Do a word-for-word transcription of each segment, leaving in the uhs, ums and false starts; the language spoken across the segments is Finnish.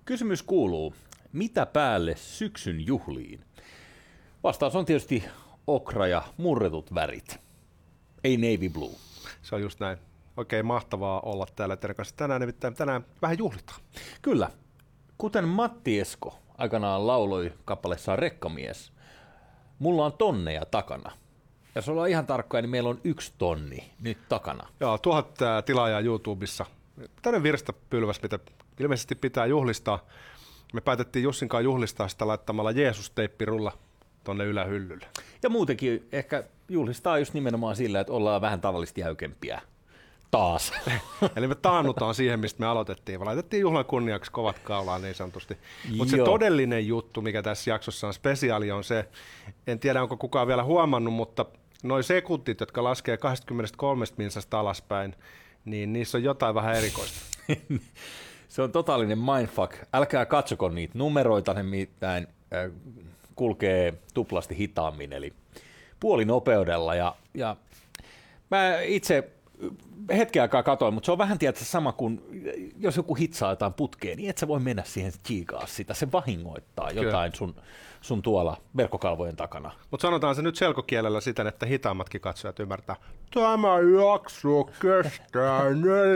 Kysymys kuuluu, mitä päälle syksyn juhliin? Vastaus on tietysti okra ja murretut värit, ei navy blue. Se on just näin. Oikein mahtavaa olla täällä teidän kanssa tänään, nimittäin tänään vähän juhlitaan. Kyllä. Kuten Matti Esko aikanaan lauloi kappaleessaan Rekkamies, mulla on tonneja takana. Jos ollaan ihan tarkkoja, niin meillä on yksi tonni nyt takana. Joo, tuhat äh, tilaajaa YouTubessa. Tällainen virstapylväs, mitä ilmeisesti pitää juhlistaa. Me päätettiin Jussin kanssa juhlistaa sitä laittamalla Jeesus-teippirulla tonne ylähyllylle. Ja muutenkin ehkä juhlistaa just nimenomaan sillä, että ollaan vähän tavallisesti jäykempiä. Taas. Eli me taannutaan siihen, mistä me aloitettiin. Me laitettiin juhlan kunniaksi kovat kaulaan niin sanotusti. Mutta se todellinen juttu, mikä tässä jaksossa on spesiaali, on se, en tiedä onko kukaan vielä huomannut, mutta noi sekuntit, jotka laskee kaksikymmentäkolme minsasta alaspäin, niin niissä on jotain vähän erikoista. Se on totaalinen mindfuck. Älkää katsoko niitä numeroita, ne mitään äh, kulkee tuplasti hitaammin, eli puolinopeudella. Ja, ja mä itse hetken aikaa katoin, mutta se on vähän tietysti sama kuin, jos joku hitsaa jotain putkeen, niin et sä voi mennä siihen tsiikaa sitä. Se vahingoittaa jotain sun, sun tuolla verkkokalvojen takana. Mutta sanotaan se nyt selkokielellä siten, että hitaammatkin katsojat ymmärtää. Tämä jakso kestää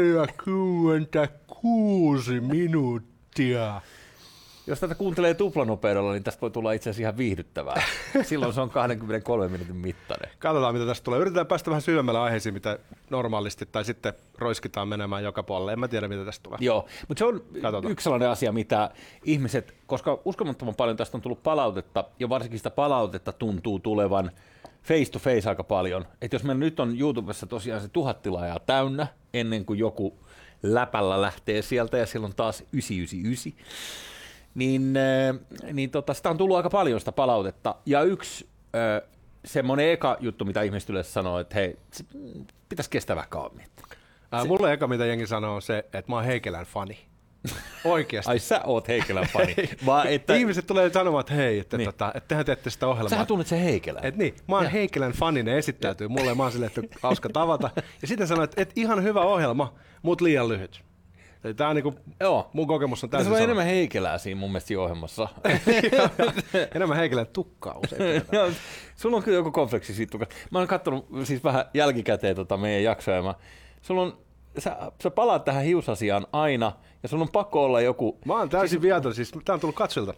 neljäkymmentäkuusi minuuttia. Jos tätä kuuntelee tuplanopeudella, niin tästä voi tulla itse asiassa ihan viihdyttävää. Silloin se on kaksikymmentäkolme minuutin mittainen. Katsotaan, mitä tästä tulee. Yritetään päästä vähän syvemmälle aiheisiin, mitä normaalisti, tai sitten roiskitaan menemään joka puolelle. En mä tiedä, mitä tästä tulee. Joo, mutta se on Katsotaan. Yksi sellainen asia, mitä ihmiset, koska uskomattoman paljon tästä on tullut palautetta, ja varsinkin sitä palautetta tuntuu tulevan face to face aika paljon. Että jos meillä nyt on YouTubessa tosiaan se tuhat tilaajaa täynnä, ennen kuin joku läpällä lähtee sieltä, ja silloin taas yhdeksänsataayhdeksänkymmentäyhdeksän, niin, niin tota, sitä on tullut aika paljon sitä palautetta. Ja yksi äh, semmoinen eka juttu, mitä ihmiset yleensä sanoo, että hei, pitäisi kestää vähän kauemmin. Äh, mulle eka, mitä jengi sanoo, on se, että mä oon Heikelän fani. Oikeasti. Ai sä oot Heikelän fani. Vaan, että... Ihmiset tulee sanomaan, että hei, että, niin. tota, että tehän teette sitä ohjelmaa. Sähän tunnet sen Heikelän. Et niin, mä oon ja. Heikelän fani, ne esittäytyy mulle ja mä oon silleen, että hauska tavata. Ja sitten sanoo, että, että ihan hyvä ohjelma, mutta liian lyhyt. Tämä on niinku, joo. Mun kokemus on täysin sama. Se on enemmän Heikelää siinä mun mielestä ohjelmassa. Enemmän Heikelän tukkaa usein. Sulla on kyllä joku kompleksi siitä tukasta. Mä oon katsonut siis vähän jälkikäteen tota meidän jaksoja. Mä, sulla on, sä, sä palaat tähän hiusasiaan aina ja sulla on pakko olla joku... Mä oon täysin siis, viaton, siis tää on tullut katsojilta.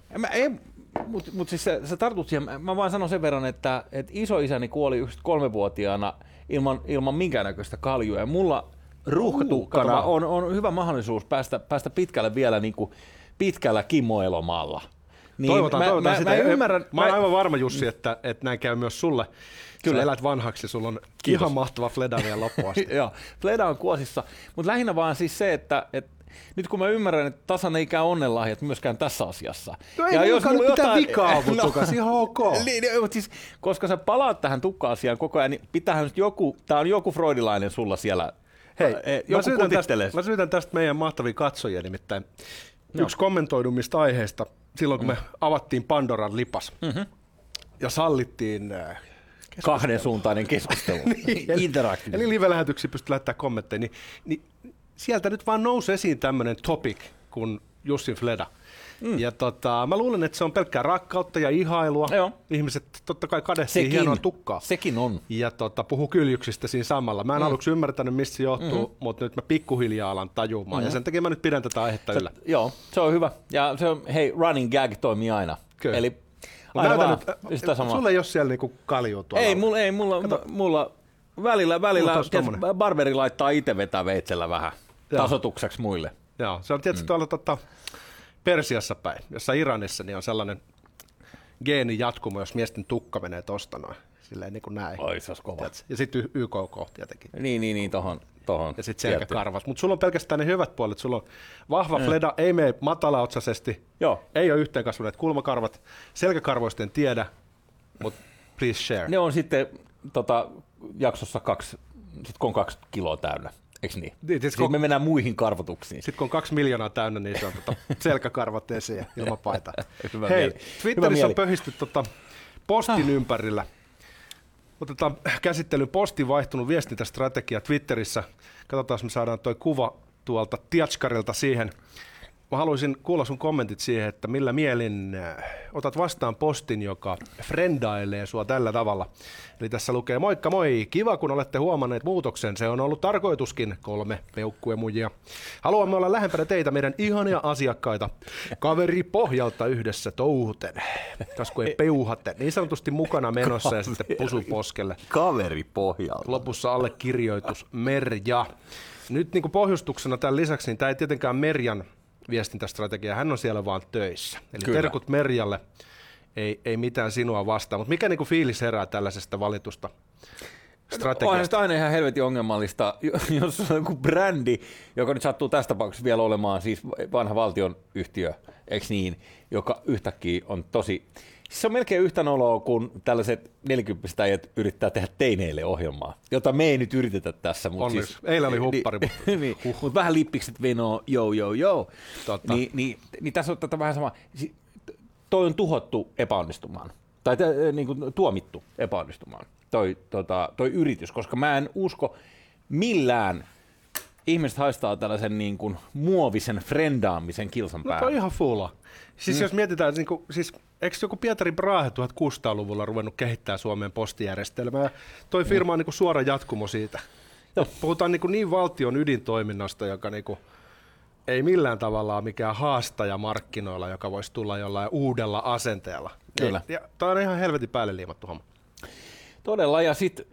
Mutta mut siis sä, sä tartut siihen. Mä vaan sanon sen verran, että, että isoisäni kuoli yksi kolmevuotiaana ilman, ilman minkäännäköistä kaljua ja mulla... Ruuhkatukkana on, on hyvä mahdollisuus päästä, päästä pitkälle vielä niin kuin pitkällä Kimmo Elomaalla. Niin toivotaan, mä, toivotaan mä, sitä. Mä, ymmärrän, mä oon aivan varma, Jussi, että, että näin käy myös sulle. Kyllä. Sä elät vanhaksi, sulla on Kiitos. Ihan mahtava Fleda vielä loppuun asti. Joo, Fleda on kuosissa, mutta lähinnä vaan siis se, että, että nyt kun mä ymmärrän, että tasan ei käy onnenlahjat myöskään tässä asiassa. No ei mukaan mitään jotain... vikaa, mutta no, tukas, ihan ok. Niin, mutta siis, koska sä palaat tähän tukka-asiaan koko ajan, niin pitäähän joku, tää on joku freudilainen sulla siellä. Hei, mä syytän, tästä, mä syytän tästä meidän mahtavia katsojia, nimittäin no. yksi kommentoidummista aiheista silloin, kun mm. me avattiin Pandoran lipas mm-hmm. ja sallittiin äh, kahden suuntainen keskustelu, niin, interaktiivinen. Eli live-lähetyksiä pystyy lähettämään kommentteja, niin, niin sieltä nyt vaan nousi esiin tämmöinen topic kuin Jussin Fleda. Mm. Ja tota, mä luulen, että se on pelkkää rakkautta ja ihailua. Joo. Ihmiset totta kai kadehtii hienoa tukkaa. Sekin on. Ja tota, puhuu kyljuksistä siinä samalla. Mä en mm. aluksi ymmärtänyt, mistä se johtuu, mm-hmm. mutta nyt mä pikkuhiljaa alan tajumaan. Mm-hmm. Ja sen takia mä nyt pidän tätä aihetta se, yllä. Joo, se on hyvä. Ja se on, hei, running gag toimii aina. Kyllä. Eli aina vaan nyt, sitä samaa. Sulla ei ole siellä niinku kaljua tuolla. Ei, mulla, ei, mulla, mulla välillä, välillä mulla barberi laittaa itse vetää veitsellä vähän Joo. tasotukseksi muille. Joo, se on tietysti mm. tuolla tota, Persiassa päin, jossa Iranissa niin on sellainen geenin jatkumo, jos miesten tukka menee tosta noin, silleen niin kuin näin. Oi, se olisi kova. Tiedätkö? Ja sitten Y K K tietenkin. Niin, niin, niin, tohon. tohon. Ja sitten selkäkarvas. Mutta sulla on pelkästään ne hyvät puolet. Sulla on vahva mm. Fleda, ei mene matalaotsaisesti, Joo. ei ole yhteen kasvaneet kulmakarvat. Selkäkarvoista en tiedä, mutta please share. Ne on sitten tota, jaksossa kaksi, sit kun on kaksi kiloa täynnä. Eikö niin? niin sitten kun me mennään muihin karvotuksiin. Sitten kun on kaksi miljoonaa täynnä, niin se on tota selkäkarvat esiin ilman paitaa. Hyvä Hei, mieli. Twitterissä on pöhisty tota postin ah. ympärillä. Otetaan käsittelyyn postin vaihtunut viestintästrategia Twitterissä. Katsotaan, jos me saadaan tuo kuva tuolta Tiatskarilta siihen. mä haluaisin kuulla sun kommentit siihen, että millä mielin otat vastaan postin, joka frendailee sua tällä tavalla. Eli tässä lukee, moikka moi, kiva kun olette huomanneet muutoksen, se on ollut tarkoituskin, kolme peukkuemujia. Haluamme olla lähempänä teitä, meidän ihania asiakkaita, kaveri pohjalta yhdessä touhuten, kaskujen peuhatte, niin sanotusti mukana menossa kaveri. Ja sitten pusu poskelle. Kaveri pohjalta. Lopussa allekirjoitus Merja. Nyt niin kuin pohjustuksena tämän lisäksi, niin tämä ei tietenkään Merjan viestintästrategia, hän on siellä vaan töissä. Eli Kyllä. terkut Merjalle, ei, ei mitään sinua vastaan. Mutta mikä niin kuin fiilis herää tällaisesta valitusta strategiasta? Onhan sitä aina ihan helvetin ongelmallista, jos on joku brändi, joka nyt sattuu tässä tapauksessa vielä olemaan siis vanha valtionyhtiö, eikö niin, joka yhtäkkiä on tosi... Se on melkein yhtä noloa, kun tällaiset nelikymppiset äijät yrittää tehdä teineille ohjelmaa, jota me ei nyt yritetä tässä. Mutta siis, eilen oli huppari. Niin, mutta niin, huh. mut vähän lippikset venoo, joo, joo, joo. Niin, niin, niin tässä on tätä vähän sama. Toi on tuhottu epäonnistumaan, tai niin kuin, tuomittu epäonnistumaan, toi, tota, toi yritys, koska mä en usko millään ihmiset haistaa tällaisen niin kuin muovisen frendaamisen kilsan päälle. No toi on ihan fulla. Siis mm. jos mietitään, niin kuin, siis, eikö joku Pietari Brahe tuhatkuusisataaluvulla ruvennut kehittää Suomen postijärjestelmää? Toi firma on niin kuin suora jatkumo siitä. Puhutaan niin, kuin niin valtion ydintoiminnasta, joka niin kuin, ei millään tavalla ole mikään haastaja markkinoilla, joka voisi tulla jollain uudella asenteella. Kyllä. Ja, ja tämä on ihan helvetin päälle liimattu homma. Todella, ja sitten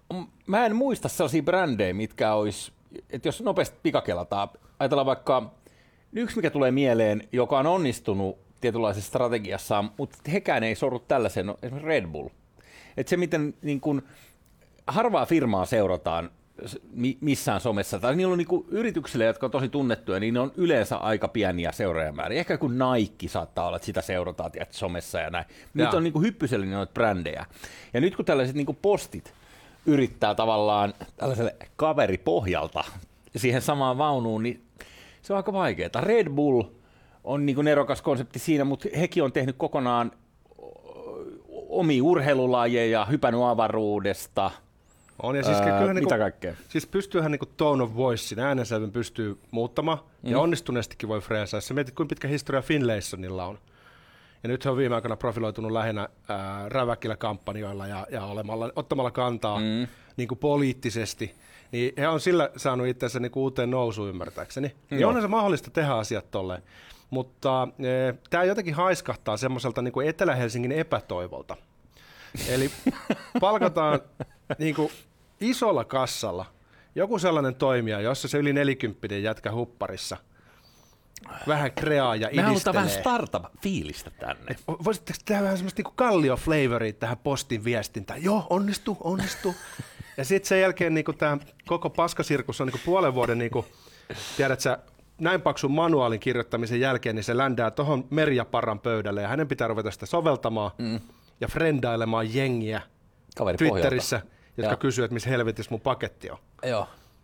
mä en muista sellaisia brändejä, mitkä olisi, että jos nopeasti pikakelataan, ajatellaan vaikka yksi, mikä tulee mieleen, joka on onnistunut tietynlaisessa strategiassaan, mutta hekään ei sorru tällaiseen, no, esimerkiksi Red Bull. Että se, miten niin kun, harvaa firmaa seurataan missään somessa, tai niillä on niin yrityksille, jotka on tosi tunnettuja, niin ne on yleensä aika pieniä seuraajamääriä. Ehkä kun Nike saattaa olla, että sitä seurataan tiedät, somessa ja näin. Nyt on niin hyppysellinen noita brändejä. Ja nyt kun tällaiset niin postit yrittää tavallaan tällaiselle kaveripohjalta siihen samaan vaunuun, niin se on aika vaikeaa. Red Bull on niin kuin nerokas konsepti siinä, mutta hekin on tehnyt kokonaan omia urheilulajeja, hypännyt avaruudesta. On, ja siis, Ää, kyllä, mitä niin kuin, kaikkea? Siis pystyyhän niin kuin tone of voicein, äänensävyn pystyy muuttamaan, mm. ja onnistuneestikin voi freesaa. Sä mietit, kuinka pitkä historia Finlaysonilla on. Ja nyt he on viime aikoina profiloitunut lähinnä ää, räväkillä kampanjoilla ja, ja olemalla, ottamalla kantaa mm. niin kuin poliittisesti. Niin he on sillä saanut itseänsä niin kuin uuteen nousuun ymmärtääkseni. Mm. Ja onhan se mahdollista tehdä asiat tolleen. Mutta e, tämä jotenkin haiskahtaa semmoiselta niin kuin Etelä-Helsingin epätoivolta. Eli palkataan niin kuin isolla kassalla joku sellainen toimija, jossa se yli nelikymppinen jätkä hupparissa vähän kreaa ja idistelee. Me halutaan vähän startup-fiilistä tänne. Voisitteko tehdä vähän semmoista niin kallio-flavoria tähän postin viestintään? Joo, onnistu, onnistu. Ja sitten sen jälkeen niin tämä koko paskasirkus on niin puolen vuoden, niin kuin, tiedät sä, näin paksun manuaalin kirjoittamisen jälkeen, niin se ländää tuohon Merja Parran pöydälle, ja hänen pitää ruveta sitä soveltamaan mm. ja frendailemaan jengiä Kaveri Twitterissä, pohjalta. Jotka kysyy, että missä helvetissä mun paketti on. Joo.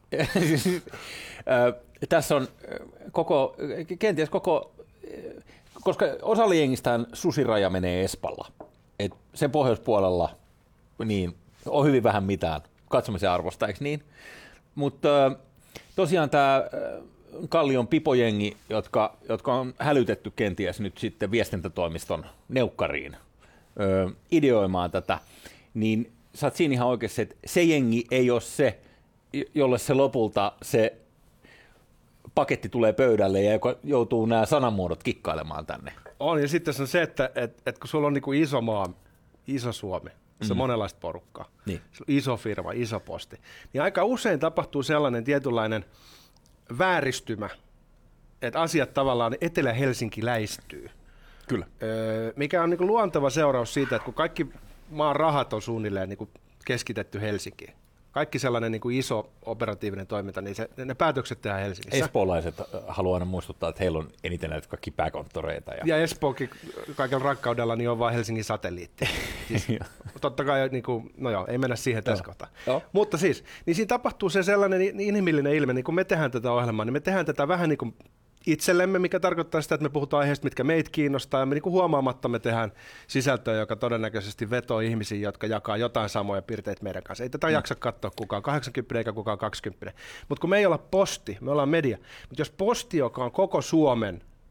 Tässä on koko, kenties koko, koska osalla jengistään susiraja menee Espalla. Et sen pohjoispuolella niin, on hyvin vähän mitään katsomisen arvosta, eikö niin? Mutta tosiaan tämä Kallion pipojengi, jotka, jotka on hälytetty kenties nyt sitten viestintätoimiston neukkariin ö, ideoimaan tätä, niin sä oot siinä ihan oikeassa, että se jengi ei ole se, jolle se lopulta se paketti tulee pöydälle ja joka joutuu nämä sanamuodot kikkailemaan tänne. On, ja sitten se on se, että et, et kun sulla on niinku iso maa, iso Suomi, se on mm-hmm. monenlaista porukkaa, niin. Iso firma, iso posti, niin aika usein tapahtuu sellainen tietynlainen vääristymä, että asiat tavallaan Etelä-Helsinki läistyy. Kyllä. Öö, mikä on niinku luonteva seuraus siitä, että kun kaikki maan rahat on suunnilleen niinku keskitetty Helsinkiin, kaikki sellainen niin kuin iso operatiivinen toiminta, niin se, ne päätökset tehdään Helsingissä. Espoolaiset haluaa aina muistuttaa, että heillä on eniten näitä kaikki pääkonttoreita. Ja, ja Espookin kaikella rakkaudella niin on vain Helsingin satelliitti. Siis, totta kai, niin kuin, no joo, ei mennä siihen tässä kohtaa. Joo. Mutta siis, niin siinä tapahtuu se sellainen inhimillinen ilme, niin kun me tehdään tätä ohjelmaa, niin me tehdään tätä vähän niin kuin itsellemme, mikä tarkoittaa sitä, että me puhutaan aiheista, mitkä meitä kiinnostaa, ja me niin kuin huomaamatta me tehdään sisältöä, joka todennäköisesti vetoo ihmisiin, jotka jakaa jotain samoja piirteitä meidän kanssa. Ei tätä mm. jaksa katsoa kukaan kahdeksankymmentä eikä kukaan kaksikymmentä. Mutta kun me ei olla posti, me ollaan media. Mutta jos posti, joka on koko Suomen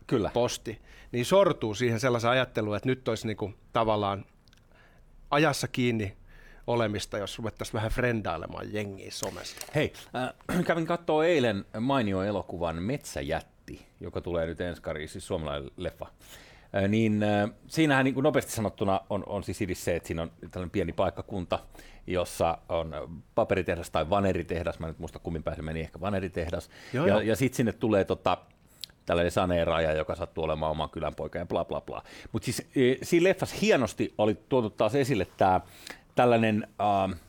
Kyllä. Posti, niin sortuu siihen sellaisen ajatteluun, että nyt olisi niinku tavallaan ajassa kiinni olemista, jos ruvettaisiin vähän frendailemaan jengiä somessa. Hei, äh, kävin katsoa eilen mainio elokuvan Metsäjätti, joka tulee nyt ensi kariin, siis suomalainen leffa. Äh, niin äh, siinähän niin kuin nopeasti sanottuna on, on siis idis se, että siinä on tällainen pieni paikkakunta, jossa on paperitehdas tai vaneritehdas, mä en nyt muista kummin päin se meni, ehkä vaneritehdas, joo, ja, ja sitten sinne tulee tota, tällainen saneeraaja, joka sattuu olemaan oman kylänpoika ja bla bla bla. Mutta siis e, siinä leffassa hienosti oli tuotu taas esille tämä tällainen äh,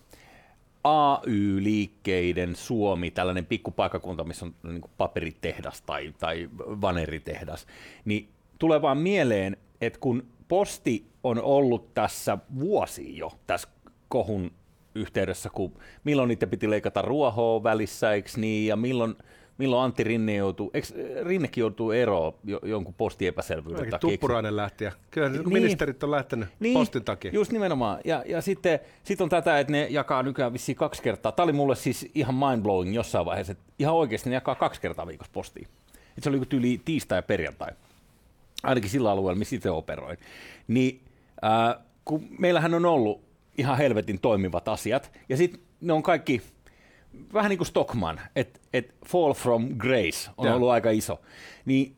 A Y-liikkeiden Suomi, tällainen pikkupaikkakunta, missä on niin kuin paperitehdas tai, tai vaneritehdas, niin tulee vaan mieleen, että kun Posti on ollut tässä vuosia jo, tässä kohun yhteydessä, kun milloin niitä piti leikata ruohoa välissä, eikö niin, ja milloin, milloin Antti Rinne joutuu, eikö Rinnekin joutuu eroon jonkun postiepäselvyyden takia? Tuppurainen lähti, ja kyllä niin, ministerit on lähtenyt niin, postin takia. Just nimenomaan, ja, ja sitten sit on tätä, että ne jakaa nykyään vissiin kaksi kertaa. Tämä oli mulle siis ihan mindblowing jossain vaiheessa, että ihan oikeasti ne jakaa kaksi kertaa viikossa postiin. Et se oli tyyli tiistai ja perjantai, ainakin sillä alueella, missä itse operoin. Niin, äh, kun meillähän on ollut ihan helvetin toimivat asiat, ja sitten ne on kaikki vähän niin kuin Stockman, että et fall from grace on ja. ollut aika iso. Niin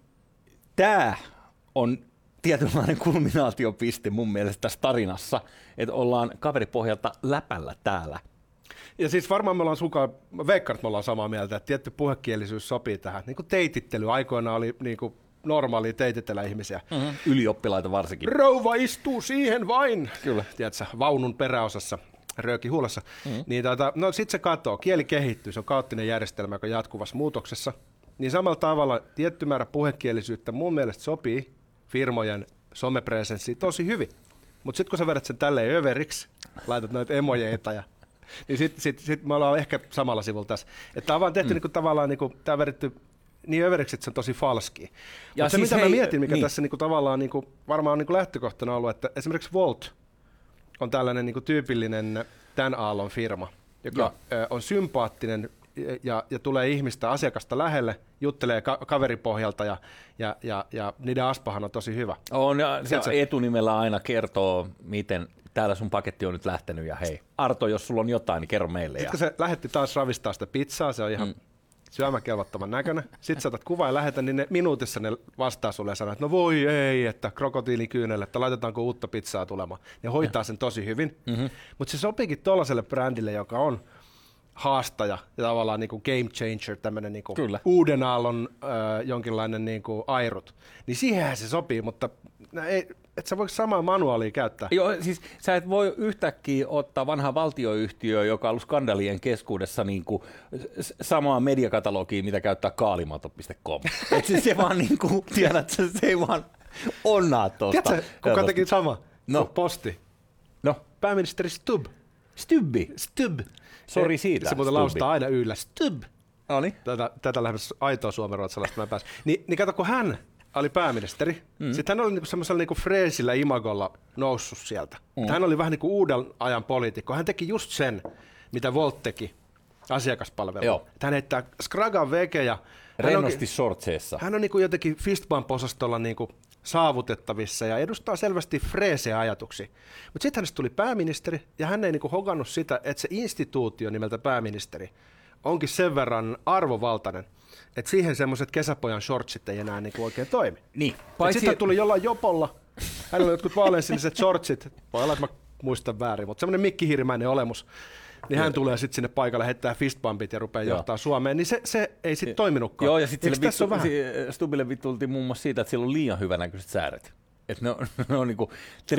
tämä on tietynlainen kulminaatiopiste mun mielestä tässä tarinassa, että ollaan kaveripohjalta läpällä täällä. Ja siis varmaan me ollaan sunkaan, veikkaan, että me ollaan samaa mieltä, että tietty puhekielisyys sopii tähän. Niin kuin teitittely aikoinaan oli niin kuin normaalia teititellä ihmisiä. Mm-hmm. Ylioppilaita varsinkin. Rouva istuu siihen vain. Kyllä. Tiedätkö, vaunun peräosassa, rööki huulessa. Mm-hmm. Niin tota, no sit se katoo, kieli kehittyy, se on kaoottinen järjestelmä, joka on jatkuvassa muutoksessa. Niin samalla tavalla tietty määrä puhekielisyyttä mun mielestä sopii firmojen somepresenssiin tosi hyvin. Mutta sitten kun sä vedät sen tälleen överiksi, laitat noita emojeita ja niin sitten sit, sit me ollaan ehkä samalla sivulla tässä. Että tämä on vaan tehty mm. niinku, tavallaan, niinku, tämä on vedetty niin överiksi, että se on tosi falski. Mutta se, siis mitä hei, mä mietin, mikä niin. tässä niinku, tavallaan niinku, varmaan on niinku lähtökohtana ollut, että esimerkiksi Volt on tällainen niinku, tyypillinen tämän aallon firma, joka ja. on sympaattinen ja, ja tulee ihmistä, asiakasta lähelle, juttelee ka- kaveripohjalta ja, ja, ja, ja niiden aspahan on tosi hyvä. On, ja se se etunimellä aina kertoo, miten täällä sun paketti on nyt lähtenyt ja hei, Arto, jos sulla on jotain, niin kerro meille. Sitten ja... se lähetti taas ravistaa sitä pizzaa, se on ihan mm. syömäkelvottoman näköinen. Sitten sä otat kuvaa ja lähetä, niin ne minuutissa ne vastaa sulle ja sanoo, että no voi ei, että krokotiilikyynelle, että laitetaanko uutta pizzaa tulemaan. Ne hoitaa sen tosi hyvin. Mm-hmm. Mutta se sopiikin tuollaiselle brändille, joka on haastaja ja tavallaan niin kuin game changer, tämmöinen niin kuin uuden aallon äh, jonkinlainen niin kuin airut. Niin siihenhän se sopii, mutta ei, et sä voiko samaa manuaalia käyttää. Joo, siis sä et voi yhtäkkiä ottaa vanhaa valtioyhtiöä, joka on ollut skandalien keskuudessa niin kuin samaa mediakatalogia, mitä käyttää kaalimato piste com. Et se, se vaan niin kuin, tiedät, se ei vaan onnaa tuosta. Tiedätkö, kuka teki sama? No. Posti. No. Pääministeri Stubb. Stubbi. Stubb. Sori siitä. Se muuten laustaa aina yllä. Stubb. Noniin. Tätä, tätä lähes aitoa suomenruotsalaista mä pääsin. Ni, niin kato, kun hän oli pääministeri, mm. sitten hän oli niinku semmoisella niinku freesillä imagolla noussut sieltä. Mm. Hän oli vähän niin kuin uuden ajan poliitikko. Hän teki just sen, mitä Volt teki asiakaspalveluun. Hän heittää Skragan vekejä. Rennosti shortseissa. Hän on niinku jotenkin fistbump-osastolla niinku saavutettavissa ja edustaa selvästi freeseä ajatuksia. Mutta sitten hänestä tuli pääministeri ja hän ei niinku hokannut sitä, että se instituutio nimeltä pääministeri onkin sen verran arvovaltainen, että siihen semmoiset kesäpojan shortsit ei enää niinku oikein toimi. Niin. Paitsi... Sitten tuli jollain jopolla, hänellä oli jotkut vaaleansinniset shortsit, voi olla, että mä muistan väärin, mutta semmoinen mikkihiirimäinen olemus, niin hän tulee sitten sinne paikalle, heittää fistbumpit ja rupeaa Joo. johtaa Suomeen, niin se, se ei sitten toiminutkaan. Joo, ja sitten vittu, Stubbille vittuiltiin muun muassa siitä, että siellä on liian hyvänäköiset sääret. Että ne on, ne on niinku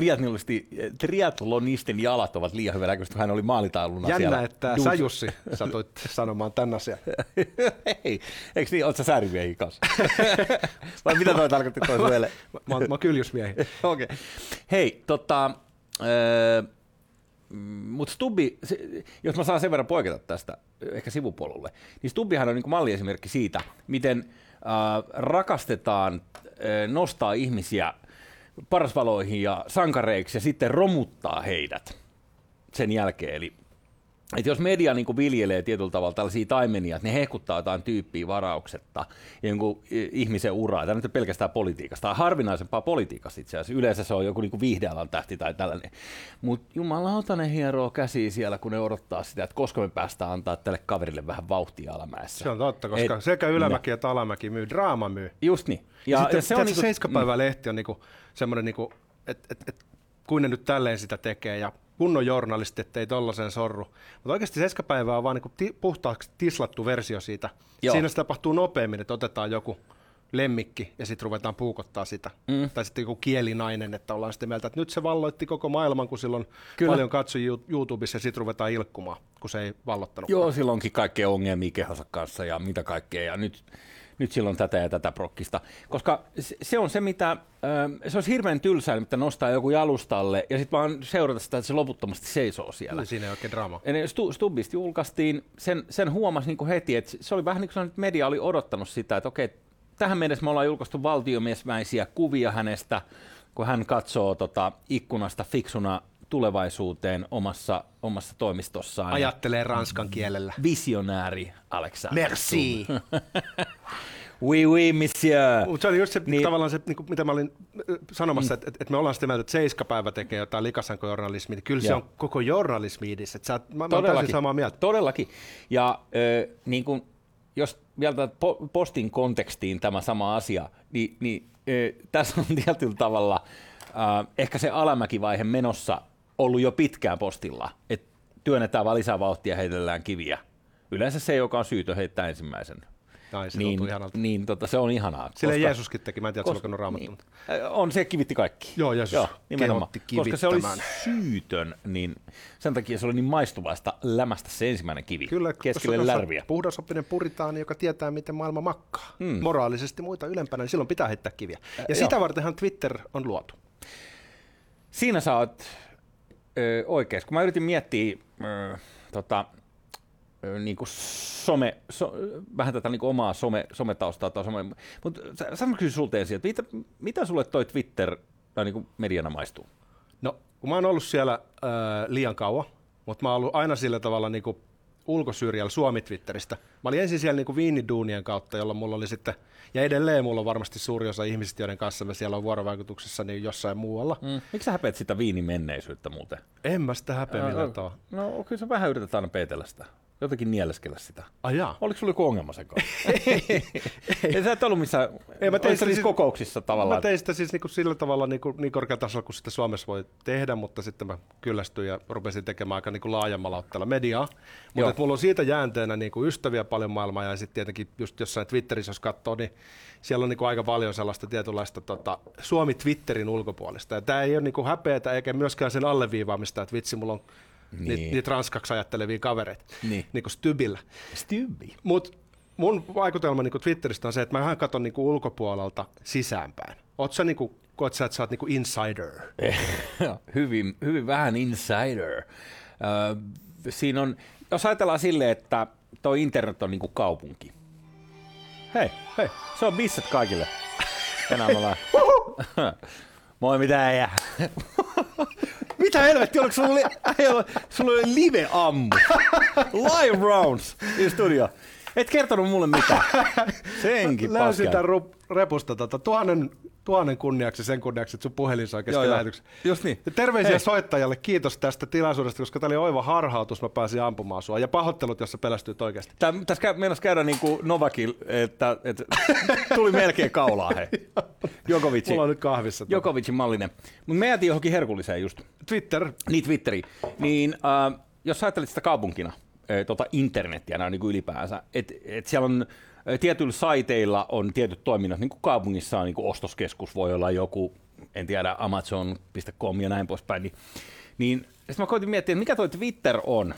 triatlonistin jalat ovat liian hyvänäköiset, kun hän oli maalitauluna Jännä, siellä. Jännä, että duus. Sä Jussi satuit sanomaan tämän asian. Hei, eikö niin, oot sä säärimiehiä kanssa? Vai mitä toi tarkoitti toi suelle? Mä, mä oon kyljysmiehi. Okei. Okay. Hei, tota... Öö, mutta Stubbi, jos mä saan sen verran poiketa tästä ehkä sivupolulle, niin Stubbihan on niin kuin malliesimerkki siitä, miten äh, rakastetaan äh, nostaa ihmisiä parasvaloihin ja sankareiksi ja sitten romuttaa heidät sen jälkeen. Eli että jos media niin kuin viljelee tietyllä tavalla tällaisia taimenia, että ne hehkuttaa jotain tyyppiä varauksetta ja jonkun ihmisen uraa, tämä nyt ei pelkästään politiikasta, tämä on harvinaisempaa politiikasta itse asiassa, yleensä se on joku niin kuin viihdealan tähti tai tällainen, mutta jumalauta ne hieroo käsiä siellä, kun ne odottaa sitä, että koska me päästään antaa tälle kaverille vähän vauhtia alamäessä. Se on totta, koska Et, sekä Ylämäki että Alamäki myy, draama myy. Just niin. Ja, ja sitten ja se on niinku, Seiskapäivä-lehti on niinku semmoinen, niinku, että et, et, kuin ne nyt tälleen sitä tekee ja kunnon journalisti, ettei tollaiseen sorru. Mutta oikeasti Seiskapäivä on vaan niinku ti, puhtaaksi tislattu versio siitä. Joo. Siinä se tapahtuu nopeammin, että otetaan joku lemmikki ja sitten ruvetaan puukottaa sitä. Mm. Tai sitten joku kielinainen, että ollaan sitä mieltä, että nyt se valloitti koko maailman, kun silloin Kyllä. paljon katsoi YouTubessa ja sitten ruvetaan ilkkumaan, kun se ei vallottanut. Joo, silloinkin kaikkea ongelmia kehonsa kanssa ja mitä kaikkea. Ja nyt, nyt silloin tätä ja tätä prokkista. Koska se on se, mitä, se olisi hirveän tylsää, että nostaa joku jalustalle ja sitten vaan seurata sitä, että se loputtomasti seisoo siellä. No, siinä ei oikein draama. Stubbista julkaistiin, sen, sen huomasi niin kuin heti, että se oli vähän niin kuin media oli odottanut sitä, että okei, tähän mennessä me ollaan julkaistu valtiomiesmäisiä kuvia hänestä, kun hän katsoo tota, ikkunasta fiksuna tulevaisuuteen omassa, omassa toimistossaan. Ajattelee ranskan kielellä. Visionääri Alexander. Merci. Oui, oui, monsieur. Mutta se oli just se, niin, tavallaan se, niin kuin, mitä mä olin sanomassa, mm. että, että me ollaan sitä mieltä, että Seiskapäivä tekee jotain likasankojournalismia, niin kyllä ja. se on koko journalismi idis. Että sä, mä, mä oon täysin samaa mieltä. Todellakin. Ja äh, niin kuin, jos vielä postin kontekstiin tämä sama asia, niin, niin äh, tässä on tietyllä tavalla äh, ehkä se alamäkivaihe menossa ollut jo pitkään postilla, että työnnetään vaan lisää vauhtia ja heitellään kiviä. Yleensä se, joka on syytön heittää ensimmäisen. Ai, se niin, niin tota, se on ihanaa. Silleen koska, Jeesuskin teki, mä en tiedä, koska, se on raamattu. Niin, on se kivitti kaikki. Joo, Jeesus Joo, kehotti koska se oli syytön, niin sen takia se oli niin maistuvaista lämästä se ensimmäinen kivi Kyllä, keskelle lärviä. Puhdasoppinen puritaani, joka tietää, miten maailma makkaa. Hmm. Moraalisesti muita ylempänä, niin silloin pitää heittää kiviä. Ja äh, sitä jo. vartenhan Twitter on luotu. Siinä sä oot ö, oikeassa. Kun mä yritin miettiä ö, tota, niin kuin some, so, vähän tätä niin kuin omaa some, sometaustaa, tai some, mutta sanon kysyä sulta ensin, että mitä, mitä sulle toi Twitter tai niin kuin mediana maistuu? No, kun mä oon ollut siellä äh, liian kauan, mutta mä oon ollut aina sillä tavalla niin kuin ulkosyrjällä Suomi-Twitteristä. Mä olin ensin siellä niin kuin viiniduunien kautta, jolla mulla oli sitten, ja edelleen mulla on varmasti suuri osa ihmisistä, joiden kanssa me siellä on vuorovaikutuksessa, niin jossain muualla. Mm. Miksi sä häpeät sitä viinimenneisyyttä muuten? En mä sitä häpeä millään tavalla. No kyllä sä vähän yrität aina peitellä sitä. Jotenkin nieleskellä sitä. Ai jaa. Oliko sulla joku ongelma sen kanssa? ei, ei. Sä et ollut missään ei, mä tein siis kokouksissa tavallaan. Mä tein sitä siis niinku sillä tavalla niinku, niin korkeatasolla kuin sitä Suomessa voi tehdä, mutta sitten mä kyllästyin ja rupesin tekemään aika niinku laajemmalla otteella mediaa. Mutta mulla on siitä jäänteenä niinku ystäviä paljon maailmaa ja sitten tietenkin just jossain Twitterissä, jos katsoo, niin siellä on niinku aika paljon sellaista tietynlaista tota, Suomi-Twitterin ulkopuolista. Ja tää ei ole niinku häpeätä eikä myöskään sen alleviivaamista, että vitsi, mulla on Niin. Niitä, niitä ranskaksi ajattelevia kavereita, niin, niin kuin Stybillä. Stybi. Mutta mun vaikutelma niin Twitteristä on se, että mä vähän katson niin ulkopuolelta sisäänpäin. Oot sä, niin kuin, koet sä, että sä oot niin insider? hyvin, hyvin vähän insider. Äh, siinä on, jos ajatellaan silleen, että tuo internet on niin kuin kaupunki. Hei, hei, se on bisset kaikille. Tänään me ollaan. Moi, mitä äijä? Mitä helvetti, oliko sulla, li- sulla oli live-ammu? Live rounds in studio. Et kertonut mulle mitään. Senkin paskaa. Löysin tämän ru- repusta tota, tuhannen, tuhannen kunniaksi, sen kunniaksi, että sun puhelin sai kesken lähetyksen. Just niin. Ja terveisiä Hei. soittajalle, kiitos tästä tilaisuudesta, koska tämä oli oiva harhautus, mä pääsin ampumaan sua. Ja pahoittelut, jos sä pelästyit oikeasti. Tää, tässä meinasi käydä niin kuin Novakil, että, että tuli melkein kaulaa, hei. Jokovic. Mulla on nyt kahvissa. Jokovicin mallinen. Mutta me jäätiin johonkin herkulliseen just. Twitter. Niin, Twitteri. Niin, äh, jos ajattelet sitä kaupunkina, äh, tota internettiä näin niin kuin ylipäänsä, että et siellä on äh, tietyillä saiteilla on tietyt toiminnot, niin kuin kaupungissa on niin kuin ostoskeskus, voi olla joku, en tiedä, amazon piste com ja näin poispäin. Niin, niin sitten mä koitin miettiä, että mikä toi Twitter on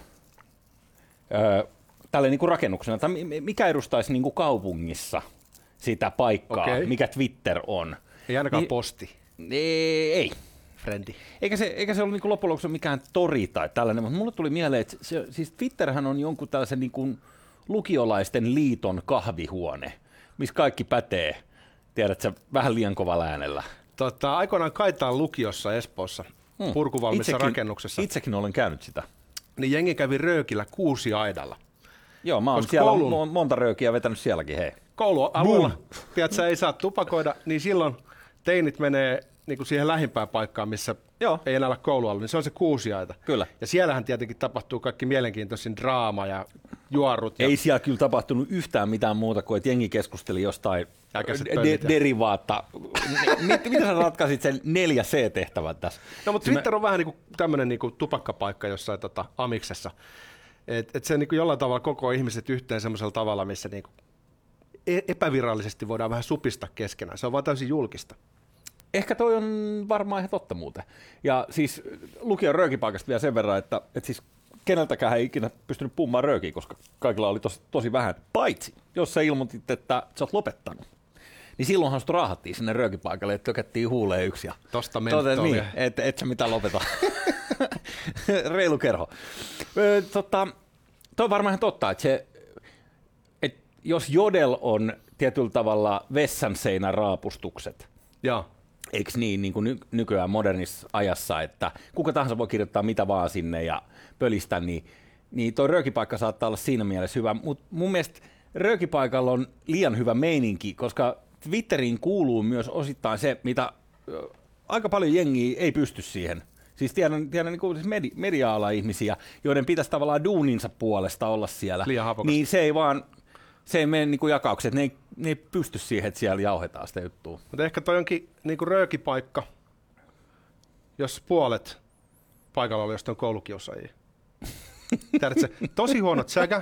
äh, tälle niin kuin rakennuksena, tai mikä edustaisi niin kuin kaupungissa sitä paikkaa, okay. Mikä Twitter on. Ei ainakaan niin, posti. Ei. ei. Frendi. Eikä se, eikä se ollut niin loppujen lopuksi mikään tori tai tällainen, mutta mulle tuli mieleen, että se, siis Twitterhän on jonkun tällaisen niin kuin lukiolaisten liiton kahvihuone, missä kaikki pätee, tiedätkö, vähän liian kovalla äänellä. Tota, aikoinaan Kaitaan lukiossa Espoossa, hmm. purkuvalmissa itsekin, rakennuksessa. Itsekin olen käynyt sitä. niin jengi kävi röökillä Kuusiaidalla. Joo, mä oon Koska siellä koulun, monta röökiä vetänyt sielläkin, hei. Koulualueella, tiedätkö, ei saa tupakoida, niin silloin teinit menee niin kuin siihen lähimpään paikkaan, missä Joo. ei enää ole koulualla, niin se on se Kuusiaita. Kyllä. Ja siellähän tietenkin tapahtuu kaikki mielenkiintoisin draama ja juorut. Ja... Ei siellä kyllä tapahtunut yhtään mitään muuta kuin, että jengi keskusteli jostain de- derivaatta. Miten sä ratkaisit sen neljä C-tehtävän tässä? No, mutta Twitter mä... on vähän niin kuin tämmöinen niin kuin tupakkapaikka jossain tota, amiksessa. Että et se niin kuin jollain tavalla koko ihmiset yhteen semmoisella tavalla, missä niin kuin epävirallisesti voidaan vähän supista keskenään. Se on vaan täysin julkista. Ehkä toi on varmaan ihan totta muuten. Ja siis lukion röökipaikasta vielä sen verran, että, että siis keneltäkään ei ikinä pystynyt pummaan röökiä, koska kaikilla oli tosi, tosi vähän. Paitsi, jos sä ilmoitit, että sä oot lopettanut, niin silloinhan sut raahattiin sinne röökipaikalle, että tökättiin huuleen yksi. Ja tosta mentoolia. Niin, et, et sä mitään lopeta. Reilu kerho. Ö, tota, toi on varmaan ihan totta, että se, et jos Jodel on tietyllä tavalla vessanseinän raapustukset, Joo. Eikö niin, niin kuin ny- nykyään modernissa ajassa, että kuka tahansa voi kirjoittaa mitä vaan sinne ja pölistä, niin, niin tuo röökipaikka saattaa olla siinä mielessä hyvä. Mutta mun mielestä röökipaikalla on liian hyvä meininki, koska Twitteriin kuuluu myös osittain se, mitä aika paljon jengiä ei pysty siihen. Siis tiedän, tiedän niin kuin medi- media-alan ihmisiä, joiden pitäisi tavallaan duuninsa puolesta olla siellä. Liian hapokasta. Niin se ei vaan... Se ei mene niin jakaukseen, ne ei, ne ei pysty siihen, että siellä jauhetaan sitä juttua. Mutta ehkä toi onkin niin kuin röökipaikka, jos puolet paikalla oli jostain koulukiusaajia. Tiedätkö, tosi huonot säkä,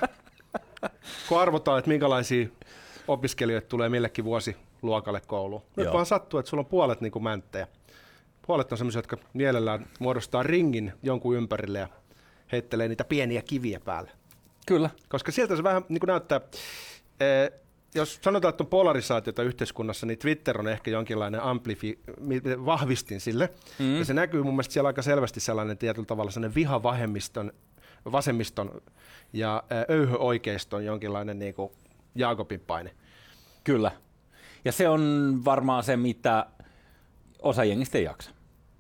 kun arvotaan, että minkälaisia opiskelijoita tulee millekin vuosiluokalle kouluun. Nyt Joo. vaan sattuu, että sulla on puolet niin kuin mänttejä. Puolet on sellaisia, jotka mielellään muodostaa ringin jonkun ympärille ja heittelee niitä pieniä kiviä päälle. Kyllä. Koska sieltä se vähän niin kuin näyttää, eh, jos sanotaan, että on polarisaatiota yhteiskunnassa, niin Twitter on ehkä jonkinlainen amplifi, vahvistin sille. Mm. Ja se näkyy mun mielestä siellä aika selvästi sellainen tietyllä tavalla sellainen viha vasemmiston, vasemmiston ja eh, öyhöoikeiston jonkinlainen niin kuin Jaakobin paine. Kyllä. Ja se on varmaan se, mitä osa jengistä ei jaksa.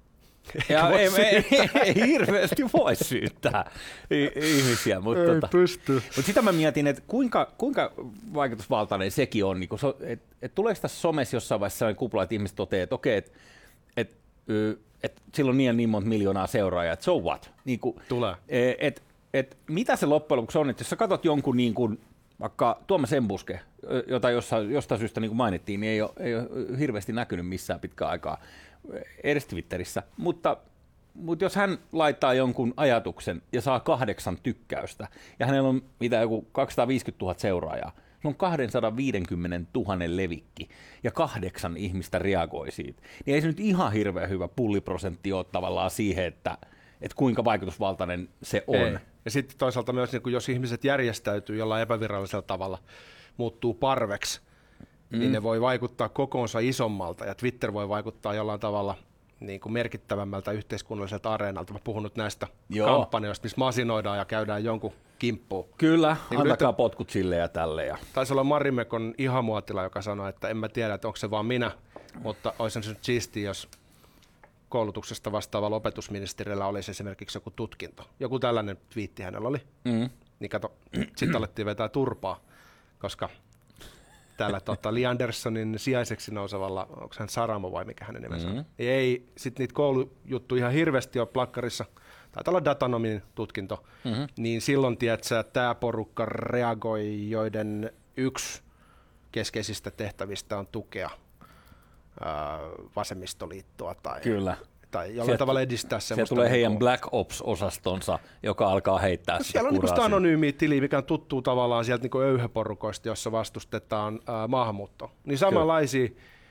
Ja ei, ei, ei, ei hirveästi voi syyttää ihmisiä, mutta, tota, mutta sitä mä mietin, että kuinka, kuinka vaikutusvaltainen sekin on. Niin että et tuleeko tässä somessa jossain vaiheessa sellainen kupla, että ihmiset toteaa, että okei, että et, et sillä on niin ja niin monta miljoonaa seuraajaa, että so what? Niin kuin, Tulee. Et, et, mitä se loppujen lopuksi on, että jos sä katsot jonkun niin kuin, vaikka Tuomas Embuske, jota jostain, jostain syystä niin kuin mainittiin, niin ei ole, ei ole hirveästi näkynyt missään pitkään aikaa edes Twitterissä, mutta, mutta jos hän laittaa jonkun ajatuksen ja saa kahdeksan tykkäystä, ja hänellä on mitä joku kaksisataaviisikymmentätuhatta seuraajaa, se on kaksisataaviisikymmentätuhatta levikki, ja kahdeksan ihmistä reagoi siitä, niin ei se nyt ihan hirveän hyvä pulliprosentti ole tavallaan siihen, että, että kuinka vaikutusvaltainen se on. Ei. Ja sitten toisaalta myös, niin jos ihmiset järjestäytyy jollain epävirallisella tavalla, muuttuu parveksi, Mm. niin ne voi vaikuttaa kokoonsa isommalta, ja Twitter voi vaikuttaa jollain tavalla niin kuin merkittävämmältä yhteiskunnalliselta areenalta. Mä puhun nyt näistä Joo. kampanjoista, missä masinoidaan ja käydään jonkun kimppuun. Kyllä, niin antakaa nyt, potkut sille ja tälle. Ja. Taisi olla Marimekon Ihamuotila, joka sanoi, että en mä tiedä, että onko se vaan minä, mutta olisi se nyt siistiä, jos koulutuksesta vastaavalla opetusministerillä olisi esimerkiksi joku tutkinto. Joku tällainen twiitti hänellä oli. Mm. Niin kato, sitten alettiin vetää turpaa, koska täällä tota, Li Anderssonin sijaiseksi nousevalla, onko hän Saramo vai mikä hänen nimensä on, mm-hmm. ei sitten niitä koulujuttuja ihan hirveästi ole plakkarissa, taitaa olla datanomin tutkinto, mm-hmm. niin silloin tiedätkö, tämä porukka reagoi, joiden yksi keskeisistä tehtävistä on tukea ää, vasemmistoliittoa tai, Kyllä. tai jollain sieltä, tavalla edistää semmoista. Se tulee heidän Black Ops-osastonsa, joka alkaa heittää no, sitä siellä kuraa. Siellä on anonyymiä tili, mikä on tuttuu tavallaan sieltä niin öyhöporukoista, jossa vastustetaan ää, maahanmuuttoa. Niin samanlaisia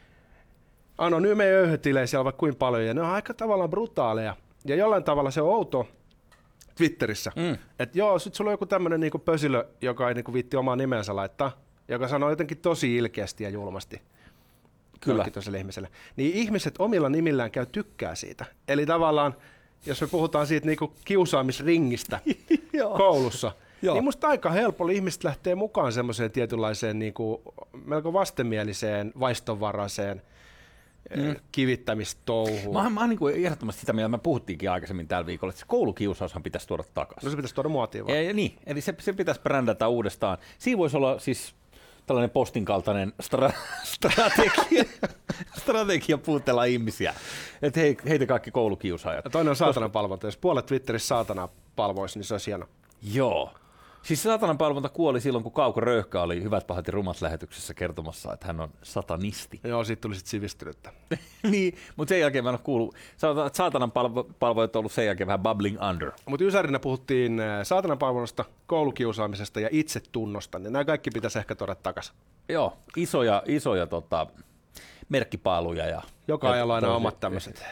anonyymejä öyhötilejä siellä on vaikka kuin paljon, ja ne on aika tavallaan brutaaleja. Ja jollain tavalla se on outo Twitterissä, mm. että joo, sit sulla on joku tämmöinen niinku pösilö, joka ei niinku viitti omaa nimensä laittaa, joka sanoo jotenkin tosi ilkeästi ja julmasti. Kyllä. Ihmiselle. Niin ihmiset omilla nimillään käy tykkää siitä. Eli tavallaan, jos me puhutaan siitä niinku kiusaamisringistä koulussa, niin musta aika helpolla ihmiset lähtee mukaan semmoiseen tietynlaiseen niinku, melko vastenmieliseen, vaistonvaraiseen mm. kivittämistouhua. Mä, mä oon niin ehdottomasti sitä mieltä, me puhuttiinkin aikaisemmin tällä viikolla, että se koulukiusaushan pitäisi tuoda takaisin. No se pitäisi tuoda muotiin vaan. Ja, niin, eli se, se pitäisi brändätä uudestaan. Siinä voisi olla siis tällainen postin kaltainen stra- strategia, strategia puutella ihmisiä, että he, heitä kaikki koulukiusaajat. Ja toinen on saatanan palvonta. Jos puolet Twitterissä saatanaa palvoisi, niin se olisi hieno. Joo. Siis saatanan palvonta kuoli silloin, kun Kauko Röyhkä oli Hyvät pahat ja rumat lähetyksessä kertomassa, että hän on satanisti. Joo, siitä tuli sitten sivistynyttä. Niin, mutta sen jälkeen mä en ole kuullut. Sanotaan, että saatanan palvo, palvojat on ollut sen jälkeen vähän bubbling under. Mutta Ysärinä puhuttiin saatanan palvonnasta, koulukiusaamisesta ja itsetunnosta, niin nämä kaikki pitäisi ehkä tuoda takaisin. Joo, isoja, isoja tota, merkkipaaluja. Ja, joka ja ajalla aina omat tämmöiset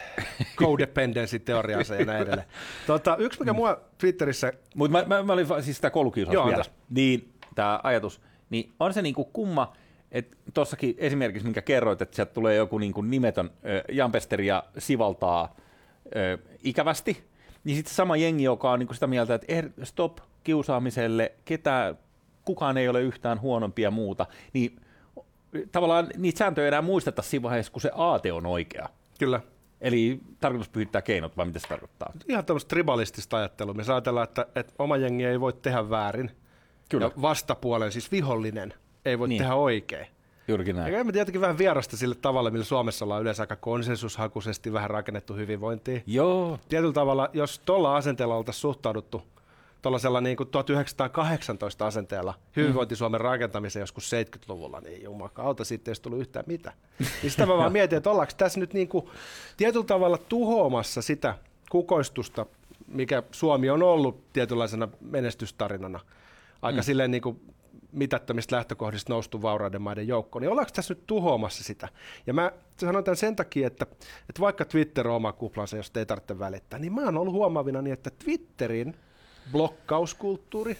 codependency-teoriansa ja näin edelleen. Tota, yksi, mikä mua Twitterissä... Mutta mä, mä, mä olin siis sitä koulukiusaus vielä. Niin, tämä ajatus. Niin on se niinku kumma, että tuossakin esimerkiksi, minkä kerroit, että sieltä tulee joku niinku nimetön ö, jampesteri ja sivaltaa ö, ikävästi, niin sitten sama jengi, joka on niinku sitä mieltä, että er, stop kiusaamiselle, ketään, kukaan ei ole yhtään huonompi ja muuta, niin tavallaan niitä sääntöjä ei enää muisteta siinä vaiheessa, kun se aate on oikea. Kyllä. Eli tarkoitus pyhittää keinot, vai mitä se tarkoittaa? Ihan tämmöistä tribalistista ajattelua. Me ajatellaan, että, että oma jengi ei voi tehdä väärin. Kyllä. Ja vastapuolen, siis vihollinen, ei voi niin tehdä oikein. Juurikin näin. Ja me tietenkin vähän vierasta sille tavalle, millä Suomessa ollaan yleensä aika konsensushakuisesti vähän rakennettu hyvinvointia. Joo. Tietyllä tavalla, jos tuolla asenteella oltaisiin suhtauduttu tuollaisella niin kuin tuhatyhdeksänsataakahdeksantoista asenteella hyvinvointi-Suomen rakentamiseen joskus seitsemänkymmentäluvulla, niin jumakauta, siitä ei olisi tullut yhtään mitään. Niin sitä mä vaan mietin, että ollaanko tässä nyt niin kuin tietyllä tavalla tuhoamassa sitä kukoistusta, mikä Suomi on ollut tietynlaisena menestystarinana, aika mm. silleen niin kuin mitättömistä lähtökohdista noustu vauraiden maiden joukkoon, niin ollaanko tässä nyt tuhoamassa sitä? Ja mä sanon tämän sen takia, että, että vaikka Twitter on oma kuplansa, josta ei tarvitse välittää, niin mä oon ollut huomaavina niin, että Twitterin blokkauskulttuuri